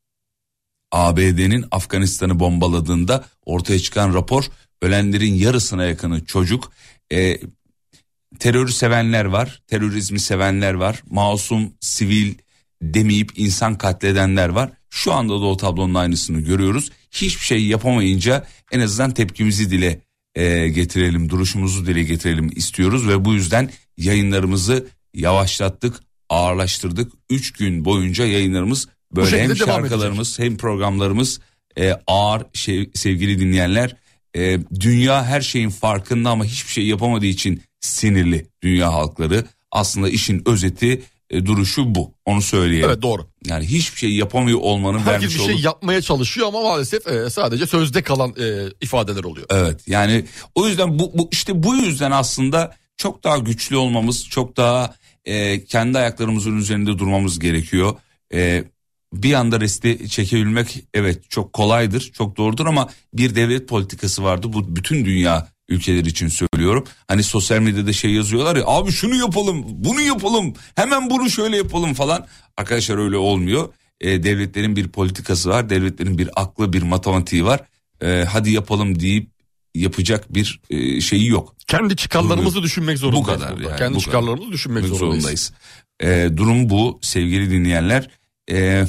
A B D'nin Afganistan'ı bombaladığında ortaya çıkan rapor, ölenlerin yarısına yakını çocuk. E, terörü sevenler var, terörizmi sevenler var, masum sivil demeyip insan katledenler var. Şu anda da o tablonun aynısını görüyoruz. Hiçbir şey yapamayınca en azından tepkimizi dile e, getirelim, duruşumuzu dile getirelim istiyoruz ve bu yüzden yayınlarımızı yavaşlattık, ağırlaştırdık. Üç gün boyunca yayınlarımız böyle, hem şarkılarımız hem programlarımız e, ağır, şey, sevgili dinleyenler. E, dünya her şeyin farkında ama hiçbir şey yapamadığı için sinirli dünya halkları. Aslında işin özeti, e, duruşu bu. Onu söyleyelim. Evet, doğru. Yani hiçbir şey yapamıyor olmanın herkes vermiş bir olduğu... şey yapmaya çalışıyor ama maalesef e, sadece sözde kalan e, ifadeler oluyor. Evet, yani o yüzden bu, bu işte bu yüzden aslında çok daha güçlü olmamız, çok daha e, kendi ayaklarımızın üzerinde durmamız gerekiyor. E, bir anda resti çekebilmek evet çok kolaydır, çok doğrudur ama bir devlet politikası vardı. Bu bütün dünya ülkeleri için söylüyorum. Hani sosyal medyada şey yazıyorlar ya, abi şunu yapalım, bunu yapalım, hemen bunu şöyle yapalım falan. Arkadaşlar öyle olmuyor. E, devletlerin bir politikası var, devletlerin bir aklı, bir matematiği var. E, hadi yapalım deyip yapacak bir e, şeyi yok. Kendi çıkarlarımızı Durum, düşünmek zorundayız. Bu kadar yani. Kendi bu çıkarlarımızı kadar. düşünmek zorundayız. zorundayız. E, durum bu sevgili dinleyenler. E,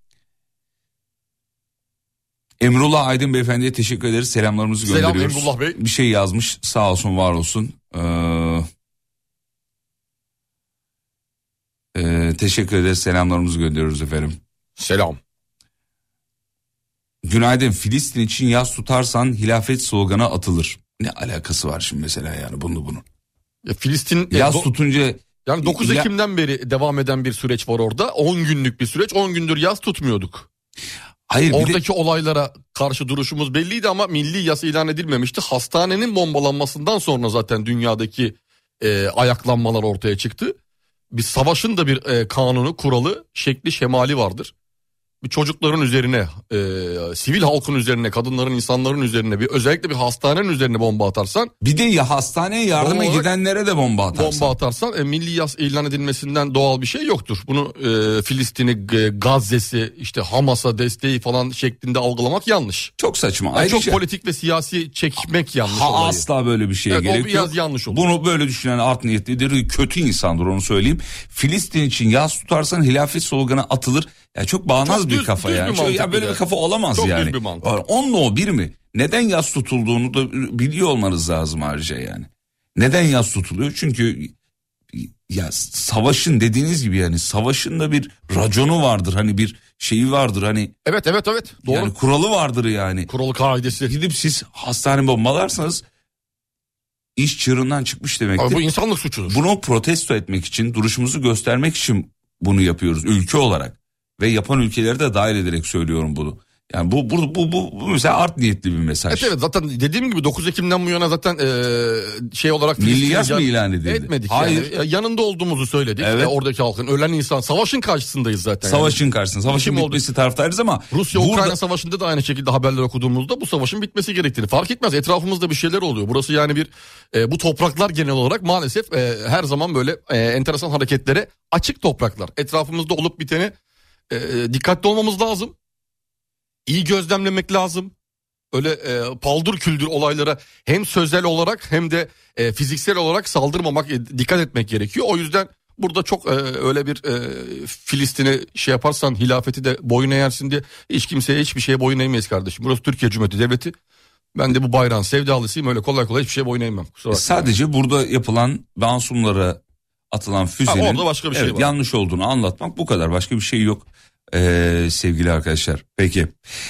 Emrullah Aydın Beyefendi'ye teşekkür ederiz. Selamlarımızı Selam gönderiyoruz. Selam Emrullah Bey. Bir şey yazmış, sağ olsun var olsun. Ee, e, teşekkür ederiz, selamlarımızı gönderiyoruz efendim. Selam. Günaydın, Filistin için yas tutarsan hilafet sloganı atılır. Ne alakası var şimdi mesela yani bunu bunun? Ya Filistin yas e, do- tutunca... Yani dokuz Ekim'den beri devam eden bir süreç var orada. on günlük bir süreç. on gündür yas tutmuyorduk. Hayır, oradaki de... olaylara karşı duruşumuz belliydi ama milli yas ilan edilmemişti. Hastanenin bombalanmasından sonra zaten dünyadaki e, ayaklanmalar ortaya çıktı. Bir savaşın da bir e, kanunu, kuralı, şekli, şemali vardır. Bir çocukların üzerine, e, sivil halkın üzerine, kadınların, insanların üzerine, bir özellikle bir hastanenin üzerine bomba atarsan. Bir de ya hastaneye yardıma gidenlere de bomba atarsan. Bomba atarsan e, milli yas ilan edilmesinden doğal bir şey yoktur. Bunu e, Filistin'i, e, Gazze'si, işte Hamas'a desteği falan şeklinde algılamak yanlış. Çok saçma. Yani çok politik ve siyasi çekmek yanlış ha, olayı. Asla böyle bir şeye evet, gerek yok. Yanlış olur. Bunu böyle düşünen art niyetlidir, kötü insandır, onu söyleyeyim. Filistin için yas tutarsan hilafet sloganı atılır. Ya çok bağnaz çok bir düz, kafa düz yani. Bir çok, ya böyle ya. bir kafa olamaz çok yani. Onunla o bir mi? Neden yas tutulduğunu da biliyor olmanız lazım ayrıca yani. Neden yas tutuluyor? Çünkü ya savaşın dediğiniz gibi yani savaşın da bir raconu vardır. Hani bir şeyi vardır hani. Evet evet evet. Doğru. Yani kuralı vardır yani. Kuralı kaidesi. Gidip siz hastane bombalarsanız iş çığırından çıkmış demektir. Abi bu insanlık suçudur. Bunu protesto etmek için, duruşumuzu göstermek için bunu yapıyoruz ülke olarak. Ve yapan ülkeleri de dahil ederek söylüyorum bunu. Yani bu bu bu bu, bu mesela art niyetli bir mesaj. Evet, evet zaten dediğim gibi dokuz Ekim'den bu yana zaten e, şey olarak milli yas mı ilan edildi? Etmedik. Hayır. Yani. Yanında olduğumuzu söyledik. Evet. E, oradaki halkın, ölen insan, savaşın karşısındayız zaten. Savaşın yani. karşısında. Savaşın Kim bitmesi oldu? Taraftarıyız ama Rusya-Ukrayna burada... savaşında da aynı şekilde haberler okuduğumuzda bu savaşın bitmesi gerektiğini fark etmez. Etrafımızda bir şeyler oluyor. Burası yani bir e, bu topraklar genel olarak maalesef e, her zaman böyle e, enteresan hareketlere açık topraklar. Etrafımızda olup biteni e, dikkatli olmamız lazım. İyi gözlemlemek lazım. Öyle e, paldır küldür olaylara hem sözel olarak hem de e, fiziksel olarak saldırmamak, e, dikkat etmek gerekiyor. O yüzden burada çok e, öyle bir e, Filistin'e şey yaparsan hilafeti de boyun eğersin diye hiç kimseye hiçbir şeye boyun eğmeyiz kardeşim. Burası Türkiye Cumhuriyeti Devleti. Ben de bu bayrağın sevdalısıyım, öyle kolay kolay hiçbir şeye boyun eğmem. Sadece burada yapılan Dansumlara atılan füzenin ha, orada başka bir evet, şey var. Yanlış olduğunu anlatmak, bu kadar, başka bir şey yok. Ee, sevgili arkadaşlar. Peki.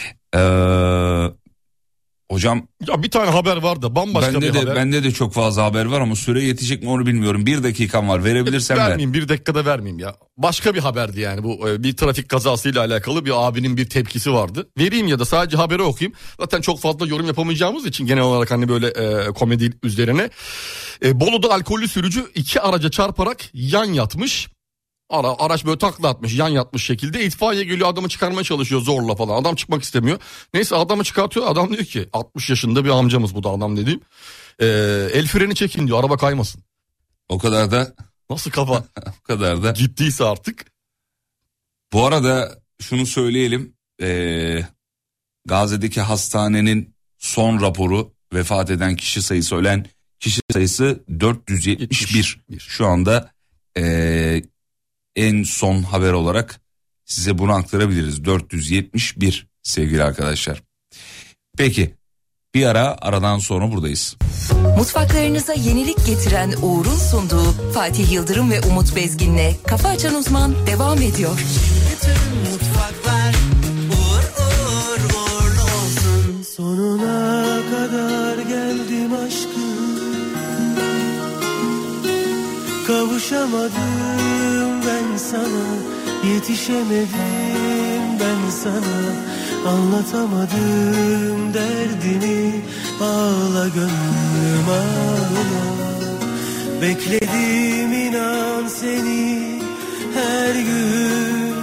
Ee, hocam. Ya bir tane haber var da bambaşka bende bir de, haber. Bende de çok fazla haber var ama süre yetecek mi onu bilmiyorum. Bir dakikam var, verebilirsem ver. Vermeyeyim, bir dakikada vermeyeyim ya. Başka bir haberdi yani bu, bir trafik kazasıyla alakalı bir abinin bir tepkisi vardı. Vereyim ya da sadece haberi okuyayım. Zaten çok fazla yorum yapamayacağımız için genel olarak hani böyle e, komedi üzerine. E, Bolu'da alkollü sürücü iki araca çarparak yan yatmış. Ara, araç böyle takla atmış, yan yatmış şekilde. İtfaiye geliyor, adamı çıkarmaya çalışıyor zorla falan. Adam çıkmak istemiyor. Neyse adamı çıkartıyor. Adam diyor ki altmış yaşında bir amcamız bu da adam dediğim. Ee, el freni çekin diyor, araba kaymasın. O kadar da. Nasıl kafa? O kadar da. Gittiyse artık. Bu arada şunu söyleyelim. Ee, Gazze'deki hastanenin son raporu, vefat eden kişi sayısı, ölen kişi sayısı dört yüz yetmiş bir. yetmiş bir. Şu anda ee, en son haber olarak size bunu aktarabiliriz. dört yüz yetmiş bir sevgili arkadaşlar. Peki bir ara, aradan sonra buradayız. Mutfaklarınıza yenilik getiren Uğur'un sunduğu Fatih Yıldırım ve Umut Bezgin'le Kafa Açan Uzman devam ediyor. Bütün mutfaklar uğur uğur uğurlu olsun. Sonuna kadar geldim aşkım. Kavuşamadım ben sana, yetişemedim ben sana, anlatamadım derdimi, ağla gönlüm ağla. Bekledim inan zaman seni her gün.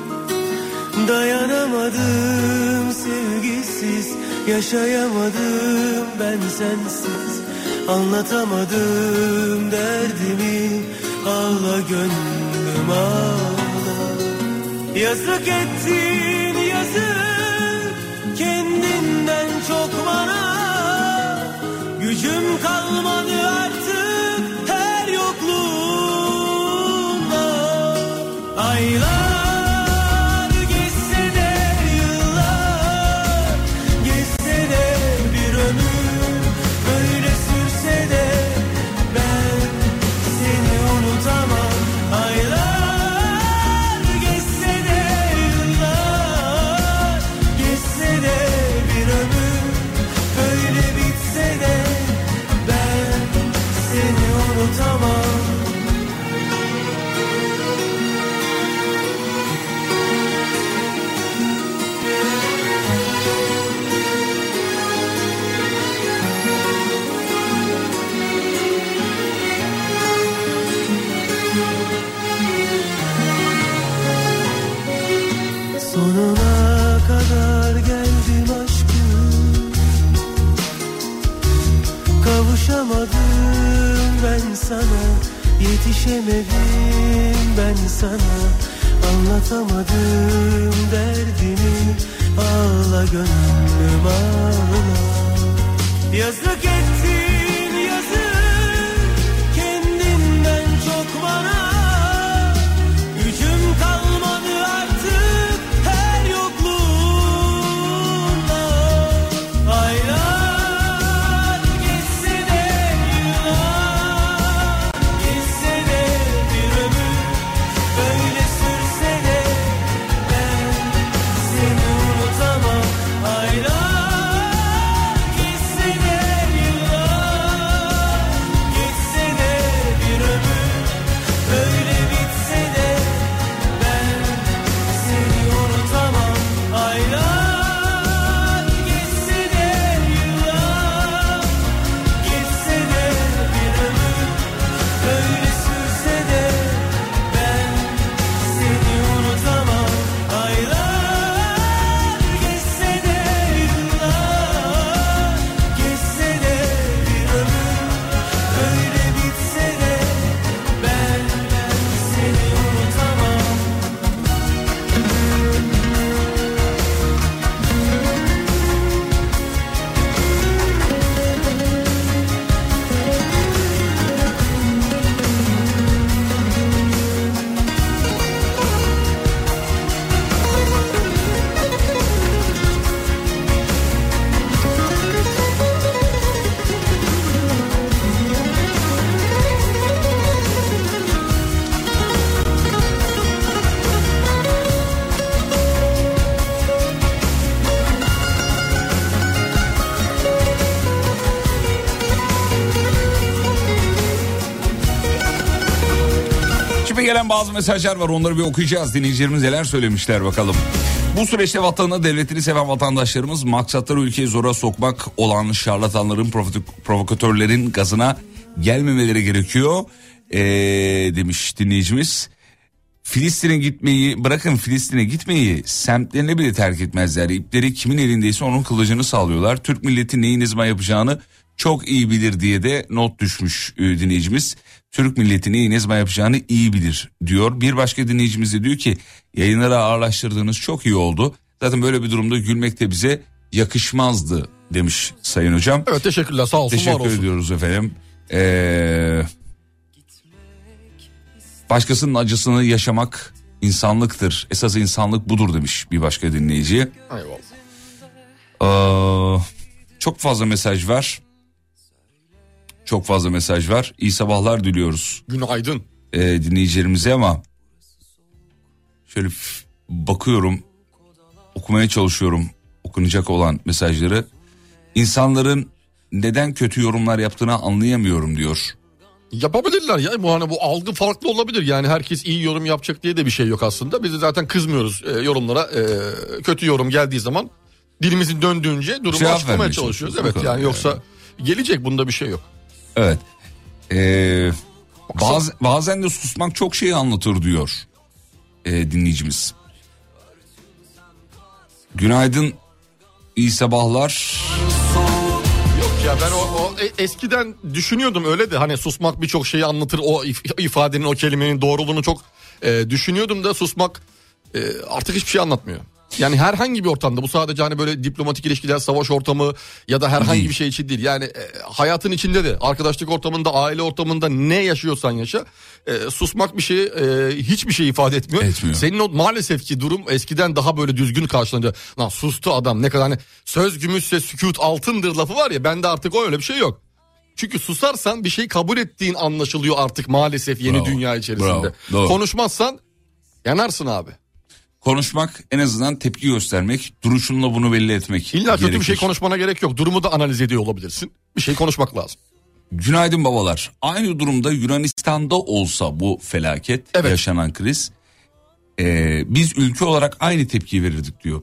Dayanamadım sevgisiz, yaşayamadım ben sensiz. Anlatamadım derdimi, ağla gönlüm ağla. Yazık ettin yazık, kendinden çok bana. Gücüm kalmadı artık her yokluğunda. Aylar geçse de yıllar, geçse de bir ömür, böyle sürse de ben seni unutamam. Aylar geçse de yıllar, geçse de bir ömür, böyle bitse de ben seni unutamam. Sonuna kadar geldim aşkım, kavuşamadım ben sana, yetişemedim ben sana, anlatamadım derdimi, ağla gönlüm ağla. Yazık ettin yazık, kendinden çok bana. Gücüm kalmadı artık her yokluğunda. Aylar geçse de yıllar, geçse de bir ömür, böyle sürse de ben seni unutamam. Aylar geçse de yıllar, geçse de bir ömür, böyle bitse de ben seni unutamam. Aylar geçse de yıllar, geçse de bir ömür, böyle sürse de ben seni unutamam. Aylar geçse de yıllar, geçse de bir ömür, böyle bitse de ben seni unutamam. Şimdi gelen bazı mesajlar var, onları bir okuyacağız. Dinleyicilerimiz neler söylemişler bakalım. Bu süreçte vatanını, devletini seven vatandaşlarımız maksatları ülkeyi zora sokmak olan şarlatanların, provokatörlerin gazına gelmemeleri gerekiyor ee, demiş dinleyicimiz. Filistin'e gitmeyi bırakın, Filistin'e gitmeyi semtlerine bile terk etmezler. İpleri kimin elindeyse onun kılıcını sallıyorlar. Türk milleti neyi ne zaman yapacağını çok iyi bilir diye de not düşmüş e, dinleyicimiz. Türk milleti neyi ne zaman yapacağını iyi bilir diyor. Bir başka dinleyicimiz de diyor ki yayınları ağırlaştırdığınız çok iyi oldu. Zaten böyle bir durumda gülmek de bize yakışmazdı demiş Sayın Hocam. Evet, teşekkürler, sağ olsun, Teşekkür var olsun. ediyoruz efendim. Ee, başkasının acısını yaşamak insanlıktır. Esas insanlık budur demiş bir başka dinleyici. Eyvallah. Ee, çok fazla mesaj var. Çok fazla mesaj var. İyi sabahlar diliyoruz. Günaydın. Ee, dinleyicilerimize ama şöyle f- bakıyorum, okumaya çalışıyorum okunacak olan mesajları. İnsanların neden kötü yorumlar yaptığını anlayamıyorum diyor. Yapabilirler ya, bu hani bu algı farklı olabilir, yani herkes iyi yorum yapacak diye de bir şey yok aslında. Biz de zaten kızmıyoruz e, yorumlara, e, kötü yorum geldiği zaman dilimizin döndüğünce durumu Cevap açıklamaya vermeye çalışıyoruz. çalışıyoruz. Evet, yani yoksa gelecek, bunda bir şey yok. Evet. Ee, Baz, bazen de susmak çok şey anlatır diyor e, dinleyicimiz. Günaydın, iyi sabahlar. Yok ya ben o, o eskiden düşünüyordum öyle de hani susmak birçok şeyi anlatır, o if- ifadenin, o kelimenin doğruluğunu çok e, düşünüyordum da susmak e, artık hiçbir şey anlatmıyor. Yani herhangi bir ortamda, bu sadece hani böyle diplomatik ilişkiler, savaş ortamı ya da herhangi Değil. bir şey için değil. Yani e, hayatın içinde de, arkadaşlık ortamında, aile ortamında ne yaşıyorsan yaşa, e, susmak bir şey, e, hiçbir şey ifade etmiyor. Etmiyor. Senin o maalesef ki durum eskiden daha böyle düzgün karşılanınca, lan sustu adam ne kadar, hani söz gümüşse sükût altındır lafı var ya, bende artık o öyle bir şey yok. Çünkü susarsan bir şey kabul ettiğin anlaşılıyor artık maalesef yeni Bravo. dünya içerisinde. Bravo. Doğru. Konuşmazsan yanarsın abi. Konuşmak, en azından tepki göstermek, duruşunla bunu belli etmek İlla kötü gerekir. bir şey konuşmana gerek yok. Durumu da analiz ediyor olabilirsin. Bir şey konuşmak lazım. Günaydın babalar. Aynı durumda Yunanistan'da olsa bu felaket, Evet. yaşanan kriz, e, biz ülke olarak aynı tepkiyi verirdik diyor.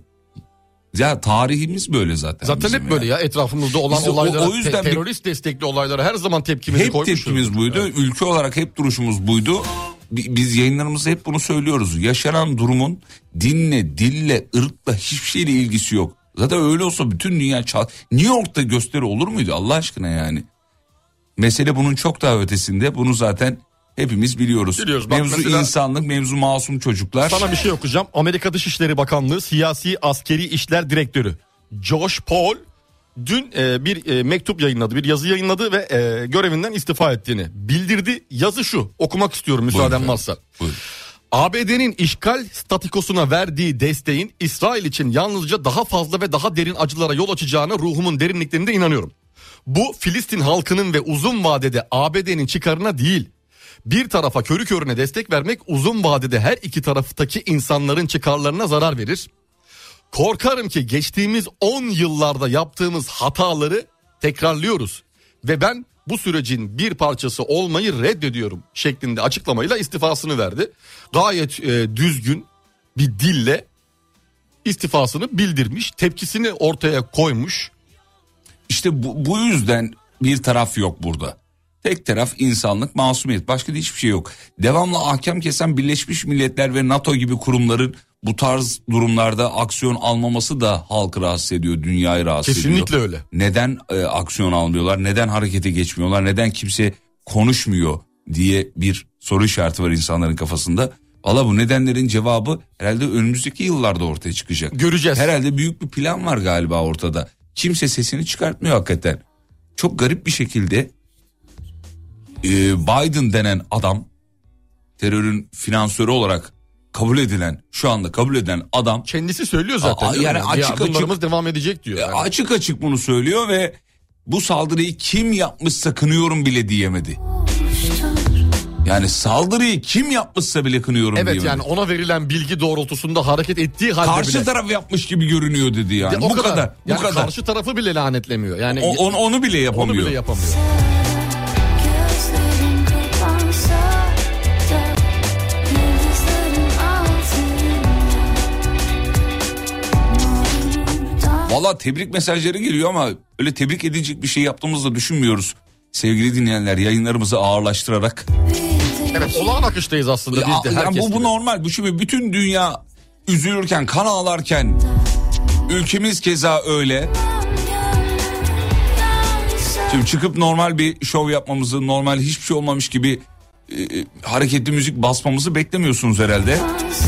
Ya tarihimiz böyle zaten. Zaten bizim hep böyle ya, etrafımızda olan İşte o- olaylara, o yüzden te- bir- terörist destekli olaylara her zaman tepkimizi Hep koymuşuz. tepkimiz buydu. Evet. Ülke olarak hep duruşumuz buydu. Bi- Biz yayınlarımızda hep bunu söylüyoruz. Yaşanan durumun dinle, dille, ırkla hiçbir şeyle ilgisi yok. Zaten öyle olsa bütün dünya çal... New York'ta gösteri olur muydu Allah aşkına yani? Mesele bunun çok daha ötesinde. Bunu zaten hepimiz biliyoruz. Biliyoruz. Bak Mevzu mesela- insanlık, mevzu masum çocuklar. Sana bir şey okuyacağım. Amerika Dışişleri Bakanlığı Siyasi Askeri İşler Direktörü Josh Paul dün e, bir e, mektup yayınladı, bir yazı yayınladı ve e, görevinden istifa ettiğini bildirdi. Yazı şu, okumak istiyorum müsaaden Buyurun. varsa. Buyurun. A B D'nin işgal statükosuna verdiği desteğin İsrail için yalnızca daha fazla ve daha derin acılara yol açacağına ruhumun derinliklerinde inanıyorum. Bu Filistin halkının ve uzun vadede A B D'nin çıkarına değil, bir tarafa körü körüne destek vermek uzun vadede her iki taraftaki insanların çıkarlarına zarar verir. Korkarım ki geçtiğimiz on yıllarda yaptığımız hataları tekrarlıyoruz ve ben bu sürecin bir parçası olmayı reddediyorum şeklinde açıklamayla istifasını verdi. Gayet e, düzgün bir dille istifasını bildirmiş, tepkisini ortaya koymuş. İşte bu, bu yüzden bir taraf yok burada. Tek taraf insanlık, masumiyet, başka da hiçbir şey yok. Devamlı ahkam kesen Birleşmiş Milletler ve NATO gibi kurumların bu tarz durumlarda aksiyon almaması da halkı rahatsız ediyor, dünyayı rahatsız ediyor. Kesinlikle öyle. Neden e, aksiyon almıyorlar, neden harekete geçmiyorlar, neden kimse konuşmuyor diye bir soru işareti var insanların kafasında. Valla bu nedenlerin cevabı herhalde önümüzdeki yıllarda ortaya çıkacak. Göreceğiz. Herhalde büyük bir plan var galiba ortada. Kimse sesini çıkartmıyor hakikaten. Çok garip bir şekilde e, Biden denen adam, terörün finansörü olarak kabul edilen, şu anda kabul edilen adam Kendisi söylüyor zaten. Aa, değil mi? yani açık Yardımlarımız açık- devam edecek diyor. Yani. açık açık bunu söylüyor ve bu saldırıyı kim yapmışsa kınıyorum bile diyemedi. Yani saldırıyı kim yapmışsa bile kınıyorum Evet diyemedi. yani ona verilen bilgi doğrultusunda hareket ettiği halde Karşı bile. taraf yapmış gibi görünüyor dedi yani. Ya o bu kadar. kadar. Bu Yani kadar. karşı tarafı bile lanetlemiyor. Yani O- onu, onu bile onu yapamıyor. bile yapamıyor. Gözlerim kapansa da yıldızların altında. Valla tebrik mesajları geliyor ama öyle tebrik edilecek bir şey yaptığımızı da düşünmüyoruz. Sevgili dinleyenler, yayınlarımızı ağırlaştırarak. Evet, olağan akıştayız aslında Ya, biz de ya herkes bu, bu gibi. normal. Bu şimdi bütün dünya üzülürken, kan ağlarken, ülkemiz keza öyle. Şimdi çıkıp normal bir şov yapmamızı, normal hiçbir şey olmamış gibi e, hareketli müzik basmamızı beklemiyorsunuz herhalde.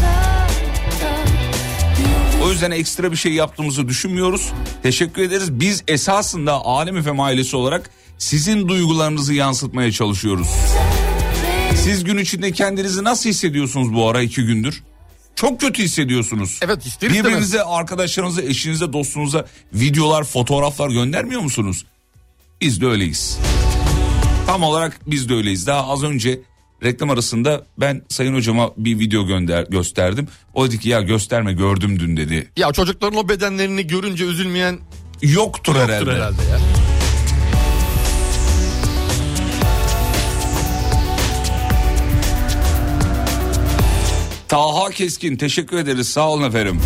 O yüzden ekstra bir şey yaptığımızı düşünmüyoruz. Teşekkür ederiz. Biz esasında Alem F M ailesi olarak sizin duygularınızı yansıtmaya çalışıyoruz. Siz gün içinde kendinizi nasıl hissediyorsunuz bu ara iki gündür? Çok kötü hissediyorsunuz. Evet, ister istemez. Birbirinize, arkadaşlarınıza, eşinize, dostunuza videolar, fotoğraflar göndermiyor musunuz? Biz de öyleyiz. Tam olarak biz de öyleyiz. Daha az önce reklam arasında ben Sayın Hocama bir video gönder gösterdim. O dedi ki ya gösterme, gördüm dün dedi. Ya çocukların o bedenlerini görünce üzülmeyen Yoktur, yoktur herhalde. herhalde ya. Taha Keskin, teşekkür ederiz, sağ olun efendim.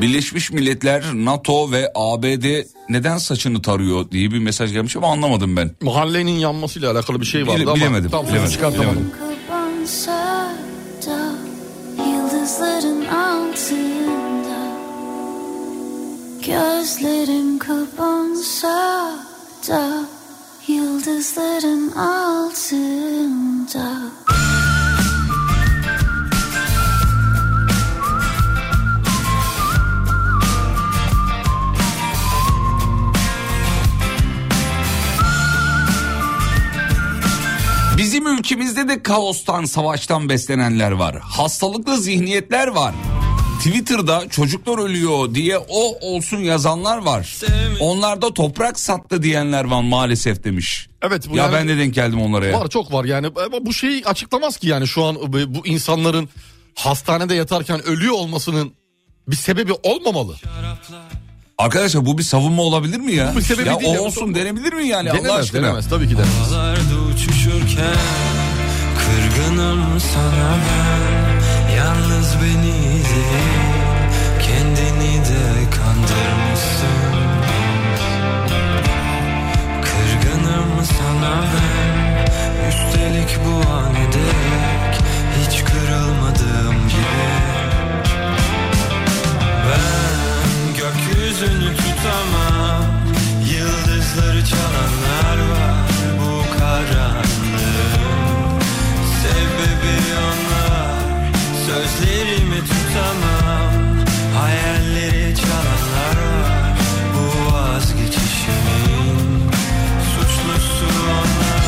Birleşmiş Milletler, NATO ve A B D neden saçını tarıyor diye bir mesaj gelmiş ama anlamadım ben. Mahallenin yanmasıyla alakalı bir şey vardı Bile, ama bilemedim, tam bilemedim, çıkartamadım. Kapansa da yıldızların altında, gözlerim kapansa da yıldızların altında. Bizim ülkemizde de kaostan, savaştan beslenenler var. Hastalıklı zihniyetler var. Twitter'da çocuklar ölüyor diye o olsun yazanlar var. Onlarda toprak sattı diyenler var maalesef demiş. Evet. Bu ya yani, ben de denk geldim onlara ya. Var, çok var yani. Ama bu şeyi açıklamaz ki yani şu an bu insanların hastanede yatarken ölüyor olmasının bir sebebi olmamalı. Arkadaşlar bu bir savunma olabilir mi ya? Bu bir sebebi ya değil o ya, olsun bu- denebilir mi yani Denemez, Allah aşkına? denemez tabii ki denemez. Havalarda uçuşurken kırgınım sana ben. Yalnız beni değil kendini de kandırmışsın. Kırgınım sana ben. Üstelik bu an ederek hiç kırılmadığım gibi. Ben gökyüzünü tutamam. Yıldızları çalanlar var bu karanlığın sebebi onlar. Sözlerimi tutamam. Hayalleri çalanlar var bu vazgeçişimin suçlusu onlar.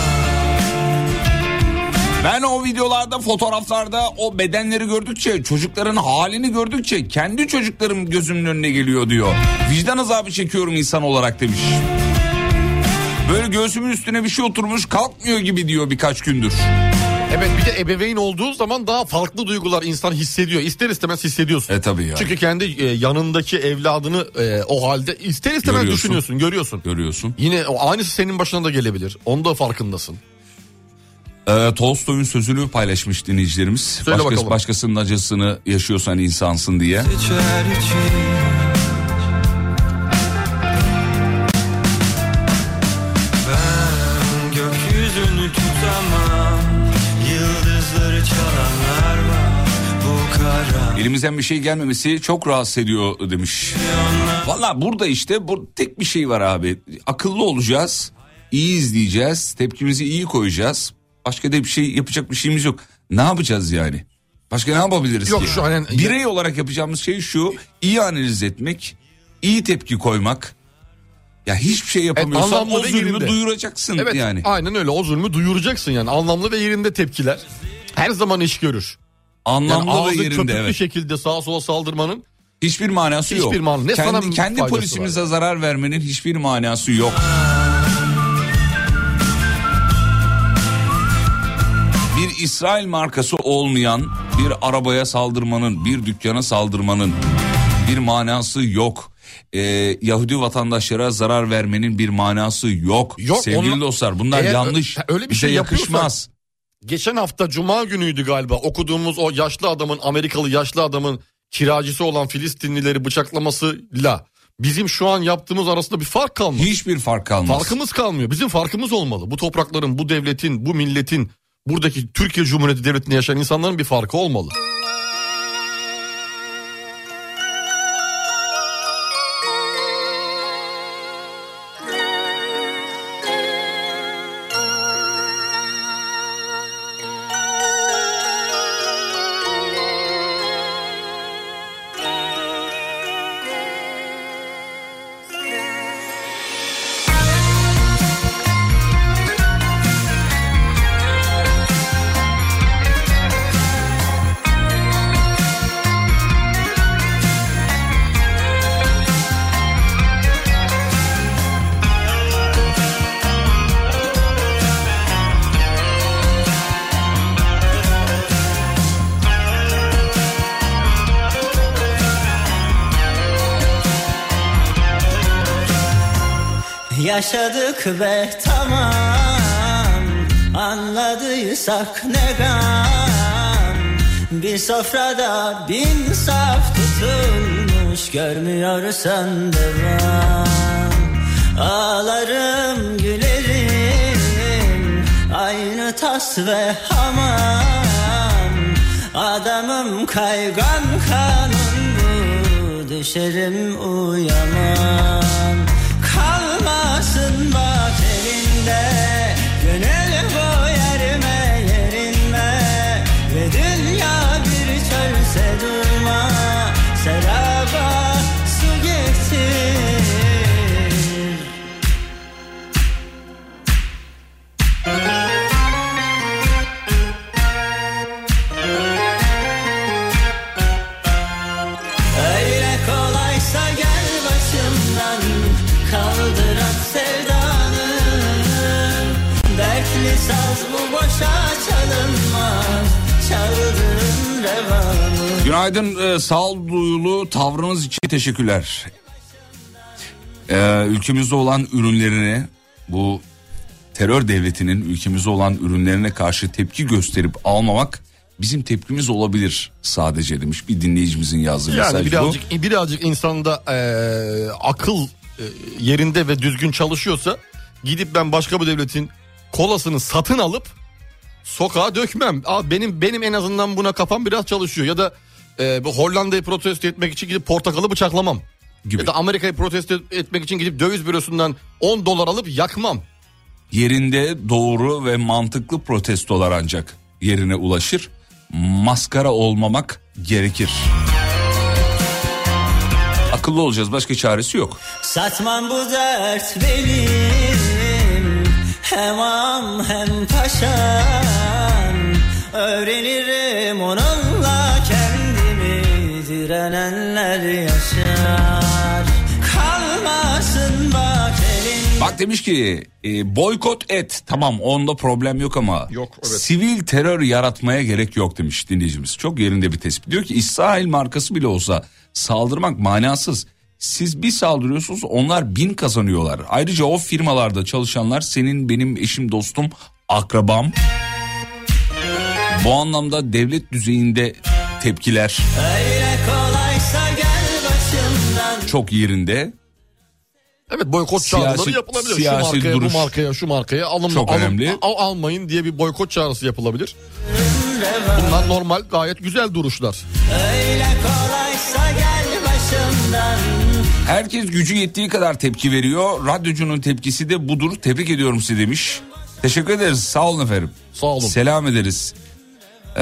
Ben o videolarda, fotoğraflarda o bedenleri gördükçe, çocukların halini gördükçe kendi çocuklarım gözümün önüne geliyor diyor. Vicdan azabı çekiyorum insan olarak demiş. Böyle göğsümün üstüne bir şey oturmuş, kalkmıyor gibi diyor birkaç gündür. Evet, bir de ebeveyn olduğu zaman daha farklı duygular insan hissediyor. İster istemez hissediyorsun. E tabii ya. Çünkü kendi e, yanındaki evladını e, o halde ister istemez Görüyorsun. düşünüyorsun, görüyorsun. Görüyorsun. Yine o aynısı senin başına da gelebilir. Onu da farkındasın. Ee, Tolstoy'un sözünü paylaşmış dinleyicilerimiz. Söyle Başkası, bakalım. başkasının acısını yaşıyorsan insansın diye. Geçer için ben gökyüzünü tutamam. Yıldızları çalanlar var bu karan. Elimizden bir şey gelmemesi çok rahatsız ediyor demiş. Valla burada işte bu tek bir şey var abi. Akıllı olacağız. İyi izleyeceğiz. Tepkimizi iyi koyacağız. Başka da bir şey yapacak bir şeyimiz yok. Ne yapacağız yani? Başka ne yapabiliriz Yok ki? şu an- Birey olarak yapacağımız şey şu. İyi analiz etmek. İyi tepki koymak. Ya hiçbir şey yapamıyorsan anlamlı o ve zulmü yerinde. duyuracaksın Evet, yani. aynen öyle, o zulmü duyuracaksın yani. Anlamlı ve yerinde tepkiler her zaman iş görür. Yani Anlamlı ağzı ve yerinde köpüklü evet. şekilde sağa sola saldırmanın Hiçbir manası yok. Hiçbir manası- ne sana Kendi, bir kendi faydası polisimize var? zarar vermenin hiçbir manası yok. Bir İsrail markası olmayan bir arabaya saldırmanın, bir dükkana saldırmanın bir manası yok. Ee, Yahudi vatandaşlara zarar vermenin bir manası yok. Yok, Sevgili onu- dostlar, bunlar Eğer yanlış. ö- öyle bir Bize şey yakışmaz. geçen hafta Cuma günüydü galiba, okuduğumuz o yaşlı adamın, Amerikalı yaşlı adamın kiracısı olan Filistinlileri bıçaklamasıyla bizim şu an yaptığımız arasında bir fark kalmadı. Hiçbir fark kalmaz. Farkımız kalmıyor. Bizim farkımız olmalı. Bu toprakların, bu devletin, bu milletin, buradaki Türkiye Cumhuriyeti Devleti'nde yaşayan insanların bir farkı olmalı. Yaşadık ve tamam, anladıysak ne gam. Bir sofrada bin saf tutulmuş yanlış görmüyorsan devam. Ağlarım gülerim aynı tas ve hamam. Adamım kaygan kanun bu, düşerim uyamam. Kalmasın bak elinde gönül bu yerime yerinme. Ve dünya bir çölse durma, seraba su getir. Öyle kolaysa gel başımdan, kaldır at sevdanı. Dertli saz bu boşa çalınmaz, çaldığın revanı. Günaydın, e, sağduyulu tavrınız için teşekkürler. E, ülkemizde olan ürünlerini, bu terör devletinin ülkemizde olan ürünlerine karşı tepki gösterip almamak bizim tepkimiz olabilir sadece demiş bir dinleyicimizin yazdığı Yani mesaj birazcık, bu. birazcık insanda e, akıl e, yerinde ve düzgün çalışıyorsa gidip ben başka bir devletin kolasını satın alıp sokağa dökmem. Aa, benim benim en azından buna kafam biraz çalışıyor. Ya da e, bu Hollanda'yı protesto etmek için gidip portakalı bıçaklamam. Gibi. Ya da Amerika'yı protesto etmek için gidip döviz bürosundan on dolar alıp yakmam. Yerinde doğru ve mantıklı protestolar ancak yerine ulaşır. Maskara olmamak gerekir. Akıllı olacağız, başka çaresi yok. Satmam bu dert benim, hem am hem paşam. Öğrenirim onunla kendimi, direnenler yaşar. Kalmasın bak elin. Bak demiş ki e, boykot et, tamam onda problem yok ama Yok, evet. sivil terör yaratmaya gerek yok demiş dinleyicimiz. Çok yerinde bir tespit. Diyor ki İsrail markası bile olsa saldırmak manasız. Siz bir saldırıyorsunuz, onlar bin kazanıyorlar. Ayrıca o firmalarda çalışanlar senin, benim, eşim, dostum, akrabam. Bu anlamda devlet düzeyinde tepkiler Öyle kolaysa gel başımdan. çok yerinde. Evet, boykot Siyasi- çağrıları yapılabilir. Şu siyasi markaya, duruş bu markaya, şu markaya alın, çok alın, önemli. al- almayın diye bir boykot çağrısı yapılabilir. Bunlar normal, gayet güzel duruşlar. Öyle kolaysa gel başımdan. Herkes gücü yettiği kadar tepki veriyor. Radyocunun tepkisi de budur. Tebrik ediyorum sizi demiş. Teşekkür ederiz. Sağ olun efendim. Sağ olun. Selam ederiz. Ee,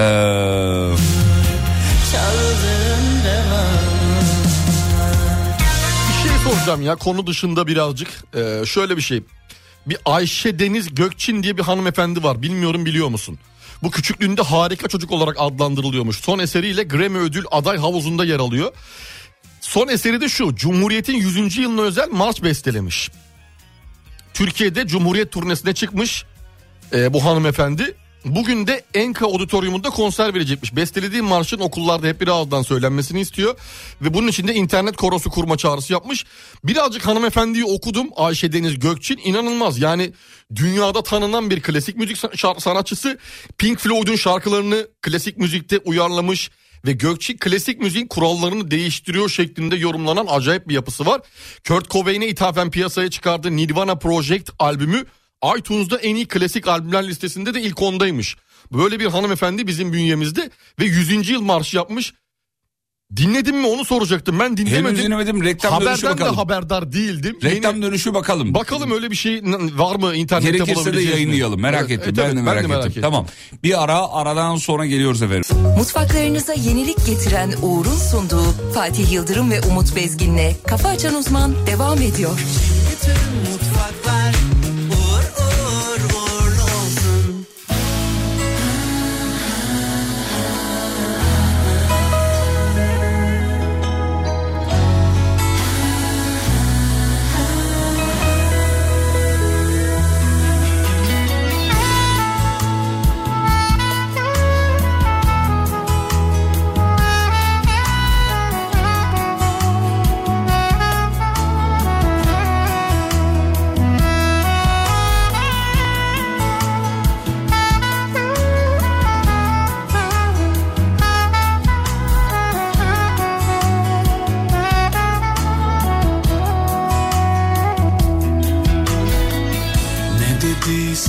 Çaldığın revanı. Bir şey soracağım ya, konu dışında birazcık. Ee, şöyle bir şey. Bir Ayşe Deniz Gökçin diye bir hanımefendi var. Bilmiyorum, biliyor musun? Bu küçüklüğünde harika çocuk olarak adlandırılıyormuş. Son eseriyle Grammy ödül aday havuzunda yer alıyor. Son eseri de şu: Cumhuriyet'in yüzüncü yılına özel marş bestelemiş. Türkiye'de Cumhuriyet turnesine çıkmış e, bu hanımefendi. Bugün de Enka Auditorium'unda konser verecekmiş. Bestelediği marşın okullarda hep bir ağızdan söylenmesini istiyor. Ve bunun için de internet korosu kurma çağrısı yapmış. Birazcık hanımefendiyi okudum. Ayşe Deniz Gökçin inanılmaz. Yani dünyada tanınan bir klasik müzik sanatçısı. Pink Floyd'un şarkılarını klasik müzikte uyarlamış. Ve Gökçin klasik müziğin kurallarını değiştiriyor şeklinde yorumlanan acayip bir yapısı var. Kurt Cobain'e ithafen piyasaya çıkardığı Nirvana Project albümü iTunes'da en iyi klasik albümler listesinde de ilk ondaymış. Böyle bir hanımefendi bizim bünyemizde ve yüzüncü yıl marşı yapmış. Dinledin mi onu soracaktım, ben dinlemedim. Henüz dinlemedim, reklam dönüşü Haberden de bakalım. haberdar değildim. Reklam Yeni... dönüşü bakalım. Bakalım öyle bir şey var mı internette, gerekirse de bulabileceğiz yayınlayalım. mi? Merak Evet, ettim. evet, ben, evet, de merak, ben de merak ettim. ettim. Tamam. Bir ara, aradan sonra geliyoruz efendim. Mutfaklarınıza yenilik getiren Uğur'un sunduğu Fatih Yıldırım ve Umut Bezgin'le Kafa Açan Uzman devam ediyor. Bütün mutfaklar uğur uğur uğurlu olsun.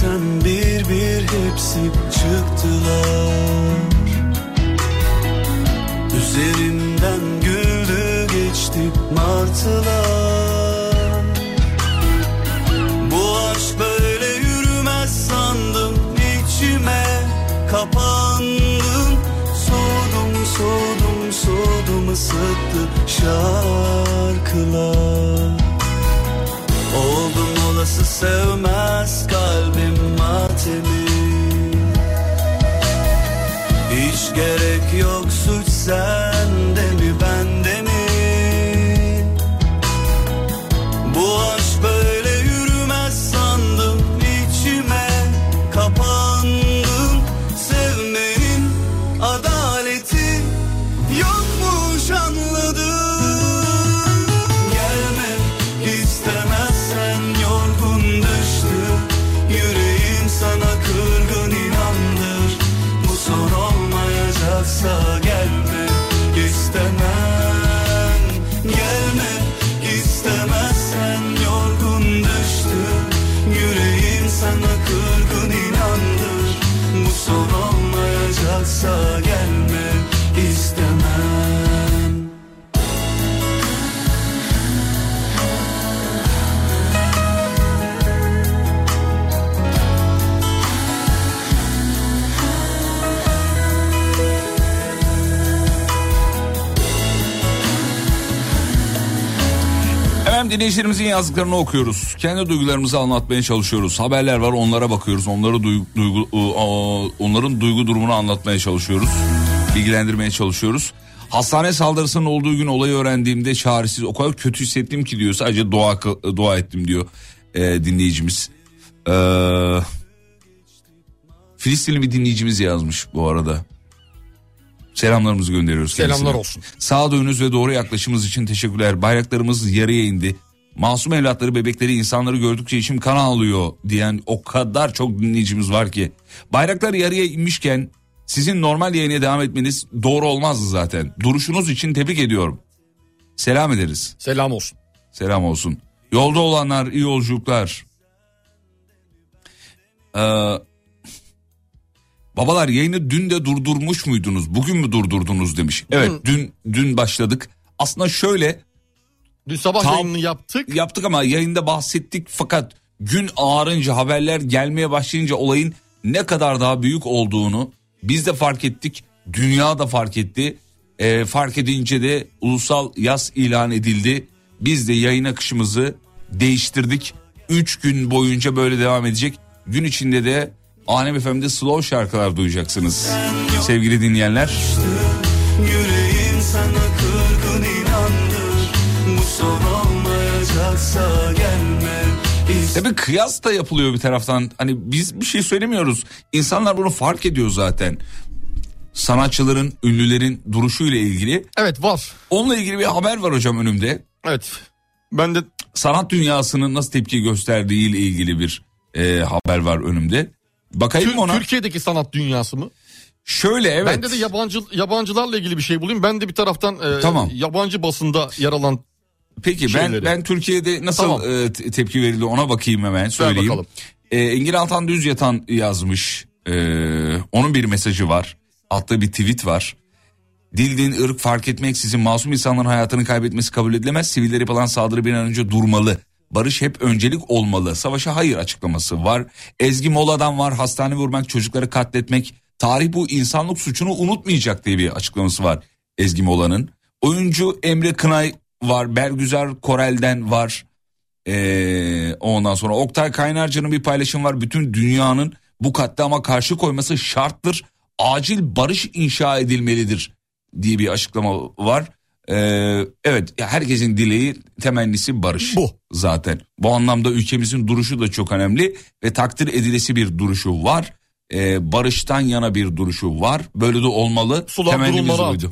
sen bir bir hepsi çıktılar. Üzerimden güldü geçti martılar. Bu aşk böyle yürümez sandım, içime kapandım. Soğudum soğudum soğudum, ısıttı şarkılar. Oldum olası sevmez kalbim matemi. Hiç gerek yok, suç sende mi bende mi? Bu aşk böyle yürümez sandım, içime kapandım. Sevmenin adaleti yokmuş anladım. Gelme istemezsen, yorgun düştü yüreğim, sana kırgın inandır. Bu son olmayacaksa gelme istemem. Gelme istemezsen, yorgun düştü yüreğim, sana kırgın inandır. Bu son olmayacaksa gelme istemem. Efendim, dinleyicilerimizin yazdıklarını okuyoruz. Kendi duygularımızı anlatmaya çalışıyoruz. Haberler var, onlara bakıyoruz. Onları duygu, duygu, onların duygu durumunu anlatmaya çalışıyoruz. Bilgilendirmeye çalışıyoruz. Hastane saldırısının olduğu gün olayı öğrendiğimde çaresiz, o kadar kötü hissettim ki diyor. Sadece dua dua ettim diyor e, dinleyicimiz. Ee, Filistinli bir dinleyicimiz yazmış bu arada. Selamlarımızı gönderiyoruz kendisine. Selamlar olsun. Sağduyunuz ve doğru yaklaşımınız için teşekkürler. Bayraklarımız yarıya indi. Masum evlatları, bebekleri, insanları gördükçe içim kan ağlıyor diyen o kadar çok dinleyicimiz var ki. Bayraklar yarıya inmişken sizin normal yayına devam etmeniz doğru olmazdı zaten. Duruşunuz için tebrik ediyorum. Selam ederiz. Selam olsun. Selam olsun. Yolda olanlar iyi yolculuklar. Ee, babalar, yayını dün de durdurmuş muydunuz? Bugün mü durdurdunuz demiş. Evet, Hı. dün dün başladık. Aslında şöyle. Dün sabah tam, yayını yaptık. Yaptık ama yayında bahsettik, fakat gün ağarınca, haberler gelmeye başlayınca olayın ne kadar daha büyük olduğunu biz de fark ettik. Dünya da fark etti. E, fark edince de ulusal yas ilan edildi. Biz de yayın akışımızı değiştirdik. Üç gün boyunca böyle devam edecek. Gün içinde de Alem F M'de slow şarkılar duyacaksınız sevgili dinleyenler. Yüreğim sana kırgın inandır. Bu son olmayacaksa gelme. Tabii kıyas da yapılıyor bir taraftan. Hani biz bir şey söylemiyoruz. İnsanlar bunu fark ediyor zaten. Sanatçıların, ünlülerin duruşuyla ilgili. Evet, var. Onunla ilgili bir haber var hocam önümde. Evet. Ben de sanat dünyasının nasıl tepki gösterdiği ile ilgili bir e, haber var önümde. Bakayım Tür- mı ona? Türkiye'deki sanat dünyası mı? Şöyle, evet. Bende de yabancı yabancılarla ilgili bir şey bulayım. Ben de bir taraftan e, tamam. yabancı basında yer alan. Peki şeyleri. ben ben Türkiye'de nasıl tamam. e, tepki verildi ona bakayım hemen, söyleyeyim. Ver bakalım. E, Engin Altan Düz Yatan yazmış. E, onun bir mesajı var. Attığı bir tweet var. Dil, din, ırk fark etmeksizin masum insanların hayatını kaybetmesi kabul edilemez. Sivillere yapılan saldırı bir an önce durmalı. Barış hep öncelik olmalı. Savaşa hayır açıklaması var. Ezgi Mola'dan var. Hastane vurmak, çocukları katletmek. Tarih bu insanlık suçunu unutmayacak diye bir açıklaması var Ezgi Mola'nın. Oyuncu Emre Kınay var. Bergüzar Korel'den var. Ee, ondan sonra Oktay Kaynarca'nın bir paylaşım var. Bütün dünyanın bu katliama karşı koyması şarttır. Acil barış inşa edilmelidir diye bir açıklama var. Ee, evet, herkesin dileği, temennisi barış. Bu zaten. Bu anlamda ülkemizin duruşu da çok önemli ve takdir edilesi bir duruşu var. Ee, barıştan yana bir duruşu var. Böyle de olmalı. Sular temennimiz oydu.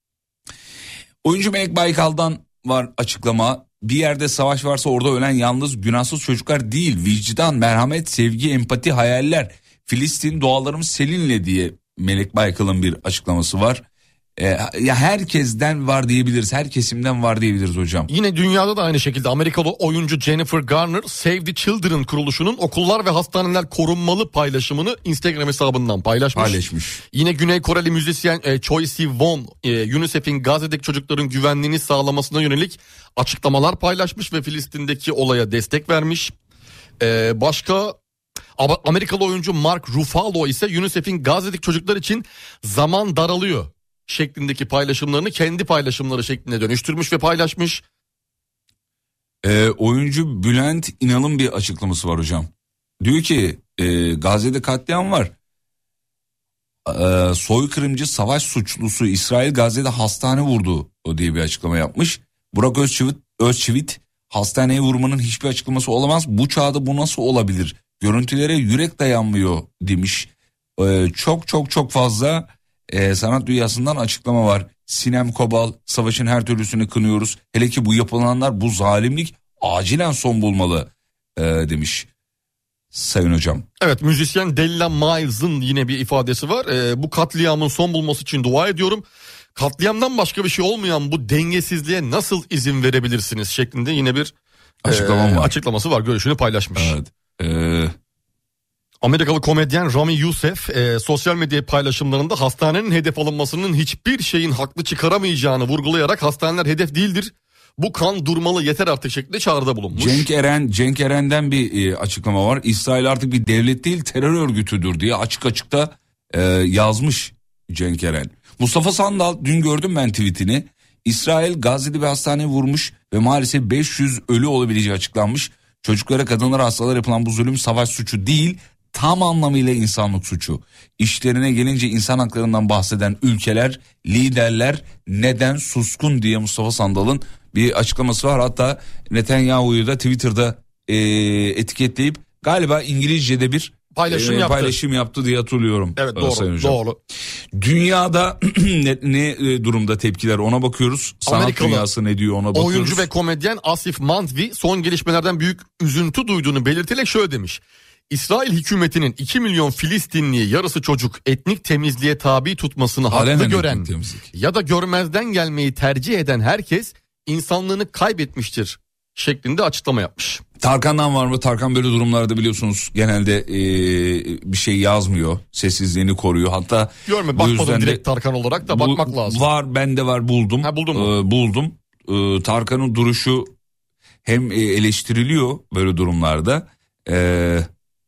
Oyuncu Melek Baykal'dan var açıklama. Bir yerde savaş varsa orada ölen yalnız günahsız çocuklar değil. Vicdan, merhamet, sevgi, empati, hayaller. Filistin, dualarımız seninle diye Melek Baykal'ın bir açıklaması var. e, ya herkesten var diyebiliriz, her kesimden var diyebiliriz hocam. Yine dünyada da aynı şekilde Amerikalı oyuncu Jennifer Garner Save the Children kuruluşunun okullar ve hastaneler korunmalı paylaşımını Instagram hesabından paylaşmış. Paylaşmış. Yine Güney Koreli müzisyen e, Choi Si-won e, UNICEF'in Gazze'deki çocukların güvenliğini sağlamasına yönelik açıklamalar paylaşmış ve Filistin'deki olaya destek vermiş. E, başka Amerikalı oyuncu Mark Ruffalo ise UNICEF'in Gazze'deki çocuklar için zaman daralıyor şeklindeki paylaşımlarını kendi paylaşımları şeklinde dönüştürmüş ve paylaşmış. Ee, oyuncu Bülent İnal'ın bir açıklaması var hocam. Diyor ki e, Gazze'de katliam var. E, soykırımcı savaş suçlusu İsrail Gazze'de hastane vurdu diye bir açıklama yapmış. Burak Özçivit, Özçivit hastaneye vurmanın hiçbir açıklaması olamaz. Bu çağda bu nasıl olabilir? Görüntülere yürek dayanmıyor demiş. E, çok çok çok fazla e, sanat dünyasından açıklama var. Sinem Kobal, savaşın her türlüsünü kınıyoruz. Hele ki bu yapılanlar, bu zalimlik acilen son bulmalı e, demiş sayın hocam. Evet, müzisyen Della Miles'ın yine bir ifadesi var. E, bu katliamın son bulması için dua ediyorum. Katliamdan başka bir şey olmayan bu dengesizliğe nasıl izin verebilirsiniz şeklinde yine bir Açıklamam e, var. açıklaması var. Görüşünü paylaşmış. Evet. Ee... Amerikalı komedyen Rami Youssef e, sosyal medya paylaşımlarında hastanenin hedef alınmasının hiçbir şeyin haklı çıkaramayacağını vurgulayarak hastaneler hedef değildir, bu kan durmalı, yeter artık şeklinde çağrıda bulunmuş. Cenk Eren, Cenk Eren'den bir e, açıklama var. İsrail artık bir devlet değil, terör örgütüdür diye açık açıkta e, yazmış Cenk Eren. Mustafa Sandal, dün gördüm ben tweetini. İsrail Gazze'de bir hastaneye vurmuş ve maalesef beş yüz ölü olabileceği açıklanmış. Çocuklara, kadınlara, hastalara yapılan bu zulüm savaş suçu değil, tam anlamıyla insanlık suçu. İşlerine gelince insan haklarından bahseden ülkeler, liderler neden suskun diye Mustafa Sandal'ın bir açıklaması var. Hatta Netanyahu'yu da Twitter'da e, etiketleyip galiba İngilizce'de bir paylaşım, e, yaptı. paylaşım yaptı diye hatırlıyorum. Evet, doğru, doğru. Dünyada ne, ne durumda tepkiler, ona bakıyoruz. Sanat Amerikalı dünyası ne diyor, ona bakıyoruz. Oyuncu ve komedyen Asif Mandvi son gelişmelerden büyük üzüntü duyduğunu belirterek şöyle demiş. İsrail hükümetinin iki milyon Filistinliyi, yarısı çocuk, etnik temizliğe tabi tutmasını Alenen haklı gören temizlik. ya da görmezden gelmeyi tercih eden herkes insanlığını kaybetmiştir şeklinde açıklama yapmış. Tarkan'dan var mı? Tarkan böyle durumlarda biliyorsunuz genelde e, bir şey yazmıyor. Sessizliğini koruyor. Hatta görme, bakmadım direkt Tarkan olarak da bu, bakmak lazım. Var, bende var, buldum. Ha, buldun mu? Ee, buldum. Ee, Tarkan'ın duruşu hem eleştiriliyor böyle durumlarda. Ee,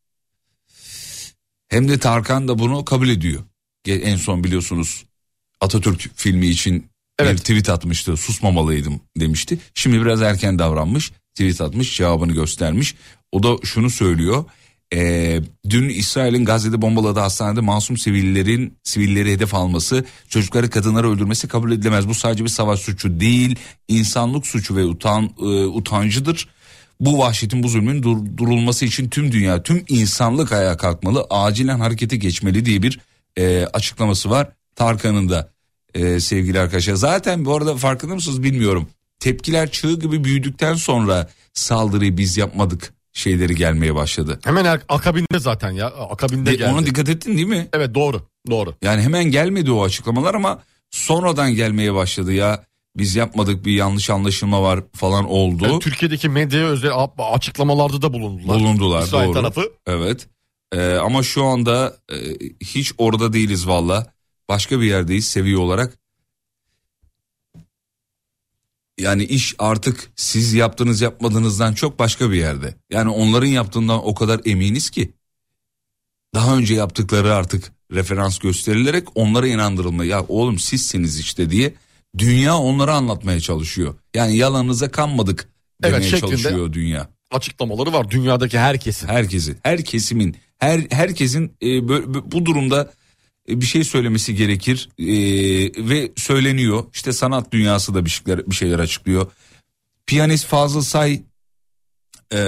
hem de Tarkan da bunu kabul ediyor. En son biliyorsunuz Atatürk filmi için evet. bir tweet atmıştı. Susmamalıydım demişti. Şimdi biraz erken davranmış. Tweet atmış, cevabını göstermiş. O da şunu söylüyor. E, dün İsrail'in Gazze'de bombaladığı hastanede masum sivillerin sivilleri hedef alması, çocukları, kadınları öldürmesi kabul edilemez. Bu sadece bir savaş suçu değil, insanlık suçu ve utan, e, utancıdır. Bu vahşetin, bu zulmün dur, durulması için tüm dünya, tüm insanlık ayağa kalkmalı, acilen harekete geçmeli diye bir e, açıklaması var Tarkan'ın da e, sevgili arkadaşlar. Zaten bu arada farkında mısınız bilmiyorum. Tepkiler çığ gibi büyüdükten sonra saldırıyı biz yapmadık şeyleri gelmeye başladı. Hemen akabinde zaten ya, akabinde De, geldi. Ona dikkat ettin değil mi? Evet, doğru, doğru. Yani hemen gelmedi o açıklamalar ama sonradan gelmeye başladı ya. Biz yapmadık, bir yanlış anlaşılma var falan oldu. Yani Türkiye'deki medyaya özel açıklamalarda da bulundular. Bulundular, İsrail doğru. tarafı. Evet. Ee, ama şu anda e, hiç orada değiliz valla. Başka bir yerdeyiz seviye olarak. Yani iş artık siz yaptığınız yapmadığınızdan çok başka bir yerde. Yani onların yaptığından o kadar eminiz ki. Daha önce yaptıkları artık referans gösterilerek onlara inandırılma. Ya oğlum sizsiniz işte diye dünya onlara anlatmaya çalışıyor. Yani yalanınıza kanmadık demeye evet, çalışıyor dünya. Açıklamaları var dünyadaki herkesin. Herkesi, her kesimin, her herkesin e, böyle, bu durumda e, bir şey söylemesi gerekir e, ve söyleniyor. İşte sanat dünyası da bir şeyler, bir şeyler açıklıyor. Piyanist Fazıl Say e,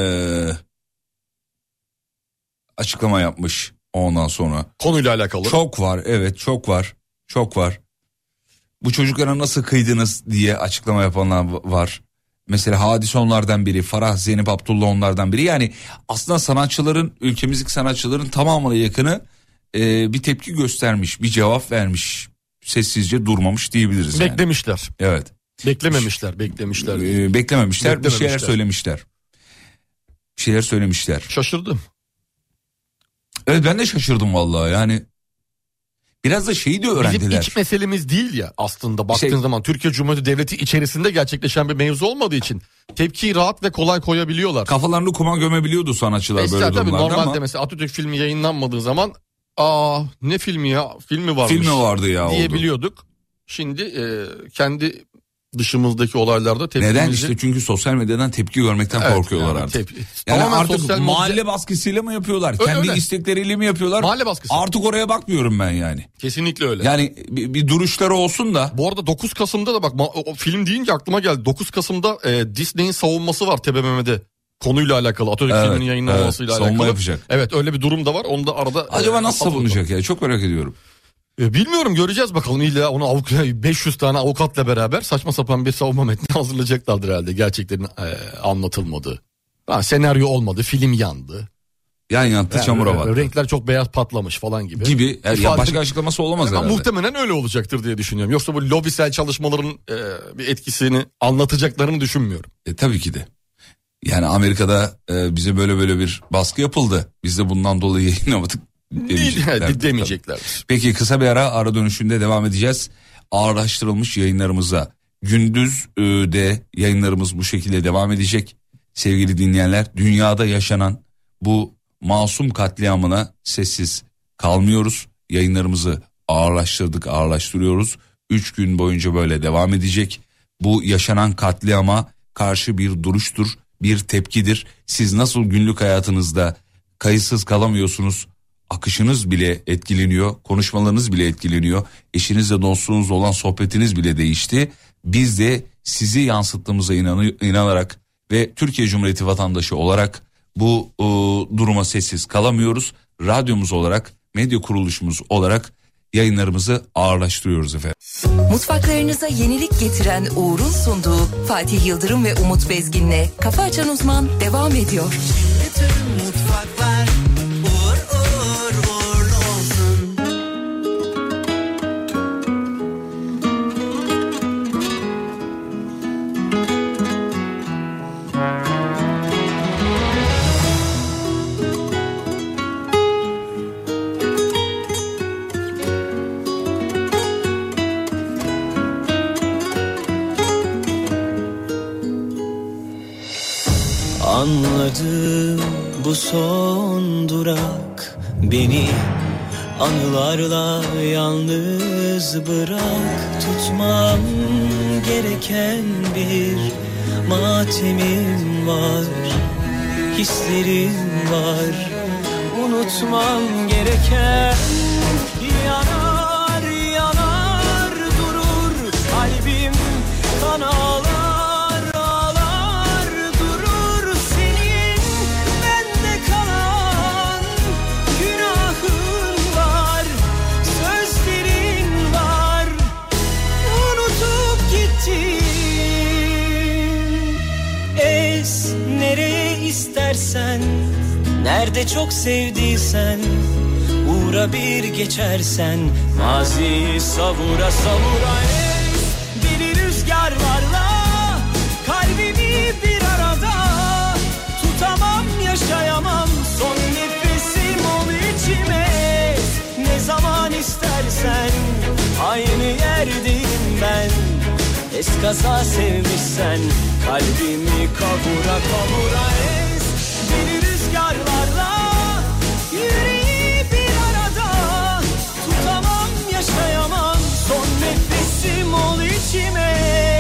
açıklama yapmış ondan sonra. Konuyla alakalı. Çok var, evet, çok var, çok var. Bu çocuklara nasıl kıydınız diye açıklama yapanlar var. Mesela Hadise onlardan biri, Farah Zeynep Abdullah onlardan biri. Yani aslında sanatçıların, ülkemizdeki sanatçıların tamamına yakını e, bir tepki göstermiş, bir cevap vermiş. sessizce durmamış diyebiliriz. Beklemişler. Yani. Evet. Beklememişler, beklemişler. Ee, beklememişler, beklememişler, bir şeyler söylemişler. Bir şeyler söylemişler. Şaşırdım. Evet, ben de şaşırdım vallahi yani. Biraz da şeyi de öğrendiler. Bizim iç meselemiz değil ya aslında baktığın şey, zaman Türkiye Cumhuriyeti Devleti içerisinde gerçekleşen bir mevzu olmadığı için tepkiyi rahat ve kolay koyabiliyorlar. Kafalarını kuma gömebiliyordu sanatçılar mesela böyle durumlarda normalde ama. Normalde mesela Atatürk filmi yayınlanmadığı zaman aa ne filmi ya filmi varmış. Filmi vardı ya diyebiliyorduk. Oldu. Şimdi e, kendi dışımızdaki olaylarda tepkimizi... Neden işte çünkü sosyal medyadan tepki görmekten evet, korkuyorlar yani, artık. Tepki. Yani tamamen artık mahalle medya... baskısıyla mı yapıyorlar? Öyle, Kendi öyle. istekleriyle mi yapıyorlar? Mahalle baskısı. Artık oraya bakmıyorum ben yani. Kesinlikle öyle. Yani bir, bir duruşları olsun da. Bu arada dokuz Kasım'da da bak o film deyince aklıma geldi. dokuz Kasım'da e, Disney'in savunması var T B M M'de. Konuyla alakalı Atatürk evet, filminin yayınlanmasıyla evet, alakalı. Yapacak. Evet öyle bir durum da var. Onu da arada... Acaba nasıl e, savunacak ya? Çok merak ediyorum. Bilmiyorum, göreceğiz bakalım. İlla onu avukat, beş yüz tane avukatla beraber saçma sapan bir savunma metni hazırlayacaklardır herhalde. Gerçeklerin e, anlatılmadı. Ha, senaryo olmadı, film yandı. Yan yattı, yani, çamura battı. Renkler çok beyaz patlamış falan gibi. Gibi. Yani ya başka açıklaması olamaz yani, herhalde. Muhtemelen öyle olacaktır diye düşünüyorum. Yoksa bu lobisel çalışmaların e, bir etkisini anlatacaklarını düşünmüyorum. E, tabii ki de. Yani Amerika'da e, bize böyle böyle bir baskı yapıldı. Biz de bundan dolayı yayınlamadık. Demeyeceklerdir. Demeyeceklerdir. Peki kısa bir ara ara dönüşünde devam edeceğiz. Ağırlaştırılmış yayınlarımıza. Gündüz de yayınlarımız bu şekilde devam edecek. Sevgili dinleyenler, dünyada yaşanan bu masum katliamına sessiz kalmıyoruz. Yayınlarımızı ağırlaştırdık, ağırlaştırıyoruz. Üç gün boyunca böyle devam edecek. Bu yaşanan katliama karşı bir duruştur, bir tepkidir. Siz nasıl günlük hayatınızda kayıtsız kalamıyorsunuz? Akışınız bile etkileniyor, konuşmalarınız bile etkileniyor. Eşinizle, dostunuzla olan sohbetiniz bile değişti. Biz de sizi yansıttığımıza inanı, inanarak ve Türkiye Cumhuriyeti vatandaşı olarak bu e, duruma sessiz kalamıyoruz. Radyomuz olarak, medya kuruluşumuz olarak yayınlarımızı ağırlaştırıyoruz efendim. Mutfaklarınıza yenilik getiren Uğur'un sunduğu Fatih Yıldırım ve Umut Bezgin'le Kafa Açan Uzman devam ediyor. Bütün mutfaklar uğur uğur uğurlu olsun. Anladım, bu son durak, beni anılarla yalnız bırak. Tutmam gereken bir matemim var, hislerim var. Unutmam gereken yanar yanar durur kalbim, kan ağlar. İstersen, nerede çok sevdiysen, uğra bir geçersen, maziyi savura savura es, deli rüzgarlarla kalbimi bir arada tutamam, yaşayamam, son nefesim ol içime. Ne zaman istersen aynı yerdeyim ben. Eskaza sevmişsen kalbimi kavura kavura es, deli rüzgarlarla yüreği bir arada tutamam, yaşayamam, son nefesim ol içime.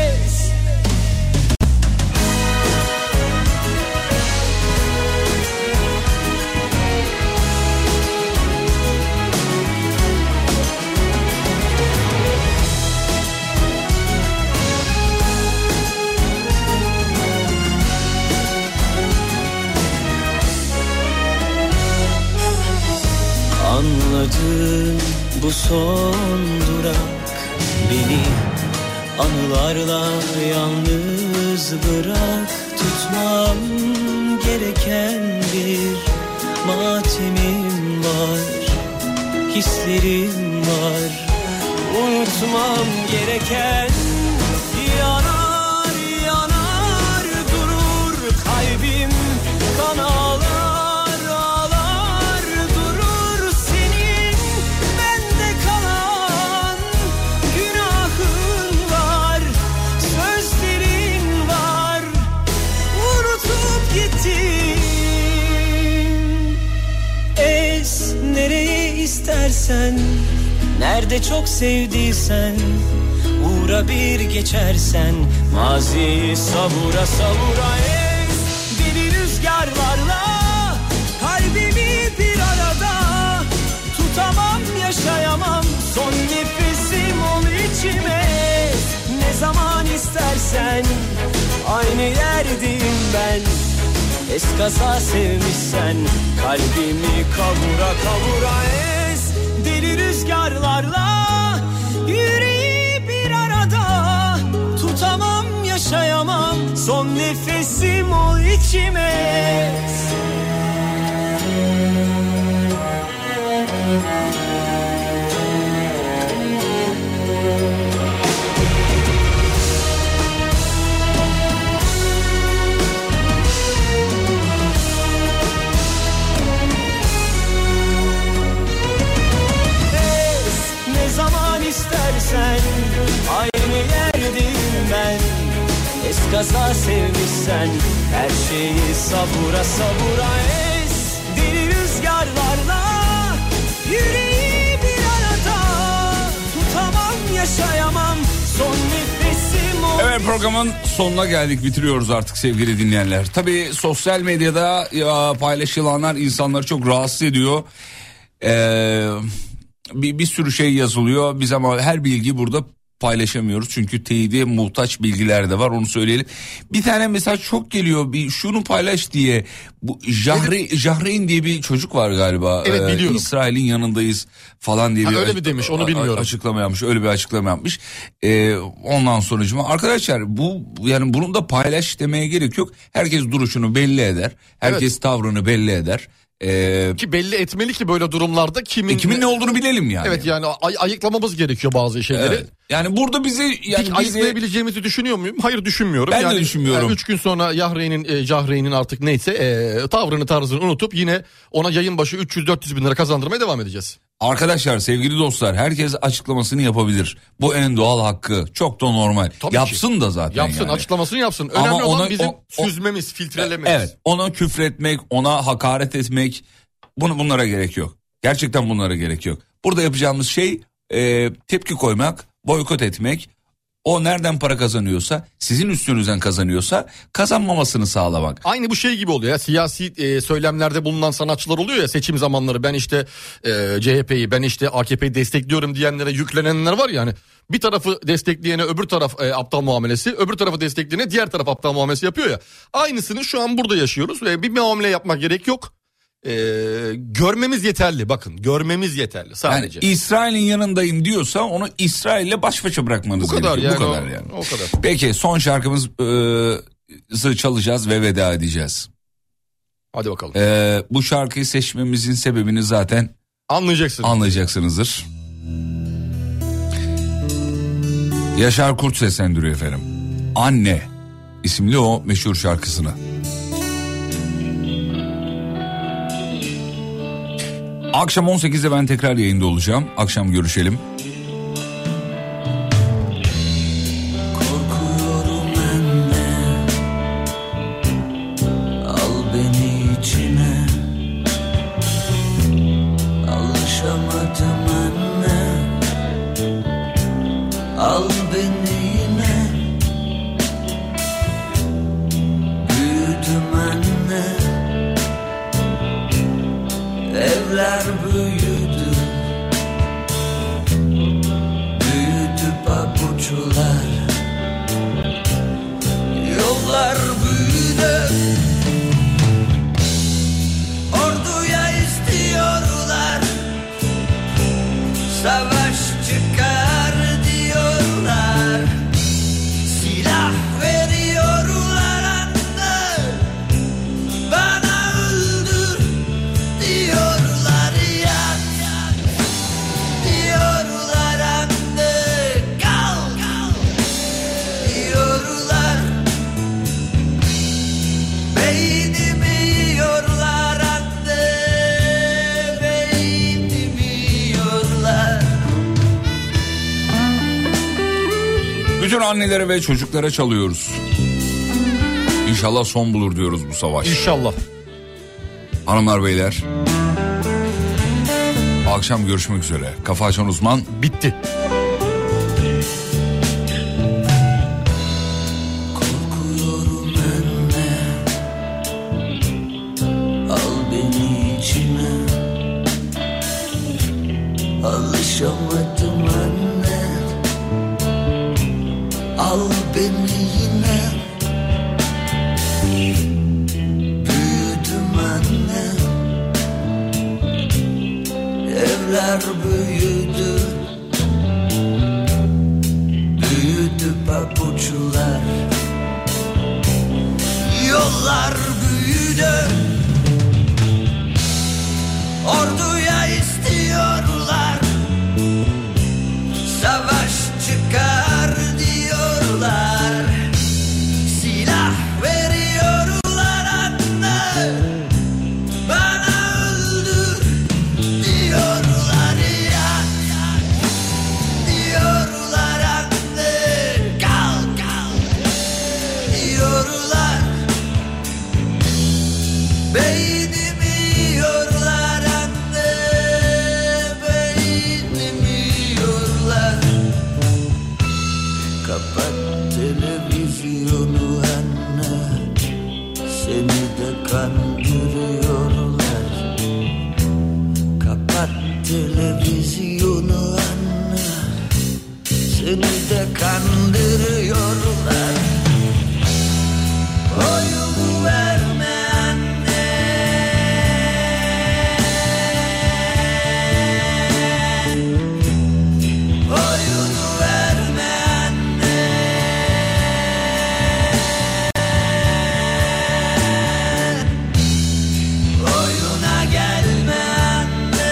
Anladım, bu son durak, beni anılarla yalnız bırak. Tutmam gereken bir matemim var, hislerim var. unutmam gereken. Yanar yanar durur kalbim, kan ağlar ağlar durur. Senin bende kalan günahın var, sözlerin var, unutup gittin. Ez nereye istersen, nerede çok sevdiysen, uğra bir geçersen, maziyi savura savura ez. Deli rüzgarlarla kalbimi bir arada tutamam, yaşayamam, son nefesim ol içime. Ne zaman istersen aynı yerdeyim ben. Eskaza sevmişsen kalbimi kavura kavura ez. Deli rüzgarlarla yüreği bir arada tutamam, yaşayamam, son nefesim ol içime. İstersen aynı yerdeyim ben. Eskaza sevmişsen her şeyi savura savura ez. Deli rüzgarlarla yüreği bir arada tutamam, yaşayamam, son nefesim o. Evet, programın sonuna geldik, bitiriyoruz artık sevgili dinleyenler. Tabii sosyal medyada ya, paylaşılanlar insanları çok rahatsız ediyor. Eee... Bir, bir sürü şey yazılıyor. Biz ama her bilgi burada paylaşamıyoruz. Çünkü teyide muhtaç bilgiler de var, onu söyleyelim. Bir tane mesaj çok geliyor. Bir şunu paylaş diye. Bu Jahre, evet. Jahreyn diye bir çocuk var galiba. Evet, biliyorum. Ee, İsrail'in yanındayız falan diye ha, bir öyle mi demiş, onu bilmiyorum. Açıklama yapmış. Öyle bir açıklama yapmış. Ee, ondan sonucuma arkadaşlar bu yani bunun da paylaş demeye gerek yok. Herkes duruşunu belli eder. Herkes evet. tavrını belli eder. Ee, ki belli etmeli ki böyle durumlarda kimin, e, kimin ne olduğunu bilelim yani. Evet, yani ay- ayıklamamız gerekiyor bazı şeyleri. Evet. Yani burada bizi yani bizi... ayıklayabileceğimizi düşünüyor muyum? Hayır, düşünmüyorum. Ben yani, de düşünmüyorum. Yani üç gün sonra Yahreyn'in, e, Cahreyn'in artık neyse e, tavrını tarzını unutup yine ona yayın başı üç yüz dört yüz bin lira kazandırmaya devam edeceğiz. Arkadaşlar, sevgili dostlar, herkes açıklamasını yapabilir. Bu en doğal hakkı. Çok da normal. Tabii yapsın ki. Da zaten yapsın, yani. Açıklamasını yapsın. Önemli ama olan ona, bizim o, o, süzmemiz, filtrelememiz. Evet, ona küfretmek, ona hakaret etmek, bunu bunlara gerek yok. Gerçekten bunlara gerek yok. Burada yapacağımız şey e, tepki koymak, boykot etmek. O nereden para kazanıyorsa, sizin üstünüzden kazanıyorsa kazanmamasını sağlamak. Aynı bu şey gibi oluyor ya, siyasi e, söylemlerde bulunan sanatçılar oluyor ya, seçim zamanları ben işte e, C H P'yi, ben işte A K P'yi destekliyorum diyenlere yüklenenler var ya, yani bir tarafı destekleyene öbür taraf e, aptal muamelesi, öbür tarafı destekleyene diğer taraf aptal muamelesi yapıyor ya. Aynısını şu an burada yaşıyoruz ve bir muamele yapmak gerek yok. Ee, görmemiz yeterli, bakın görmemiz yeterli sadece. Yani İsrail'in yanındayım diyorsa onu İsrail'le baş başa bırakmanız bu kadar gerekiyor. Yani, bu kadar o, yani. O kadar. Peki son şarkımızı çalacağız ve veda edeceğiz. Hadi bakalım. Ee, bu şarkıyı seçmemizin sebebini zaten anlayacaksınız. Anlayacaksınızdır. Yaşar Kurt seslendiriyor efendim. Anne isimli o meşhur şarkısını. Akşam on sekizde ben tekrar yayında olacağım. Akşam görüşelim. Korkuyorum anne, al beni içine. Alışamadım anne, al beni yine. Büyüdüm anne, evler büyüdü, büyüdü pabuçlar, yollar büyüdü. Orduya istiyorlar, savaş çıkar diyorlar, silah veriyorlar anne, bana öldür diyorlar, yak diyorlar anne, Bütün annelere ve çocuklara çalıyoruz. İnşallah son bulur diyoruz bu savaş. İnşallah. Hanımlar beyler. Akşam görüşmek üzere. Kafa Açan Uzman bitti. Korkuyorum anne, al beni içine. Alışamadım anne, al beni yine. Büyüdüm anne, evler büyüdü, büyüdü pabuçlar, yollar büyüdü. Orduya istiyorlar, savaş çıkar diyorlar, silah veriyorlar anne, bana öldür diyorlar ya, diyorlar anne, kal kal diyorlar, beynimi yiyorlar anne, beynimi yiyorlar. Kapat televizyonu anne, seni de kandırıyorlar. Kapat televizyonu anne, seni de kandırıyorlar. Oyun verme anne, oyunu verme anne, oyuna gelme anne.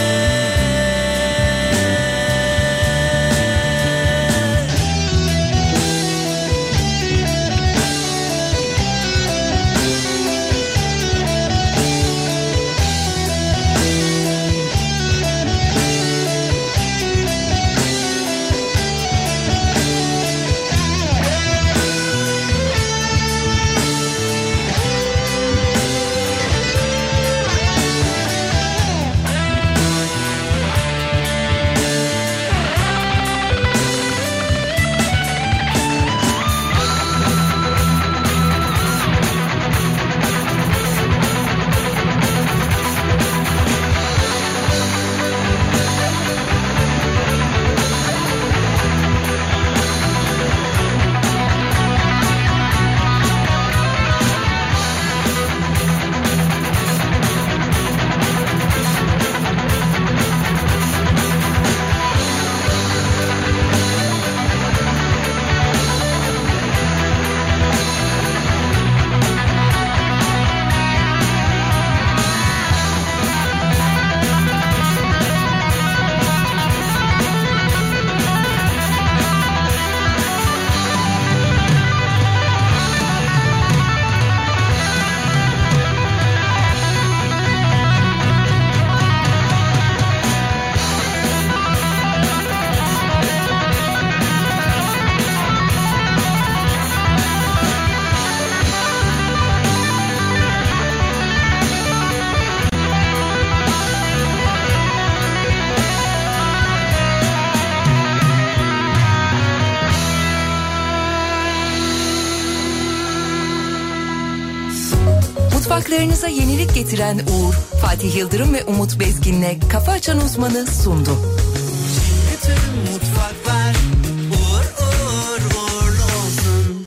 Mutfaklarınıza yenilik getiren Uğur, Fatih Yıldırım ve Umut Bezgin'le Kafa Açan Uzman'ı sundu. Bütün mutfaklar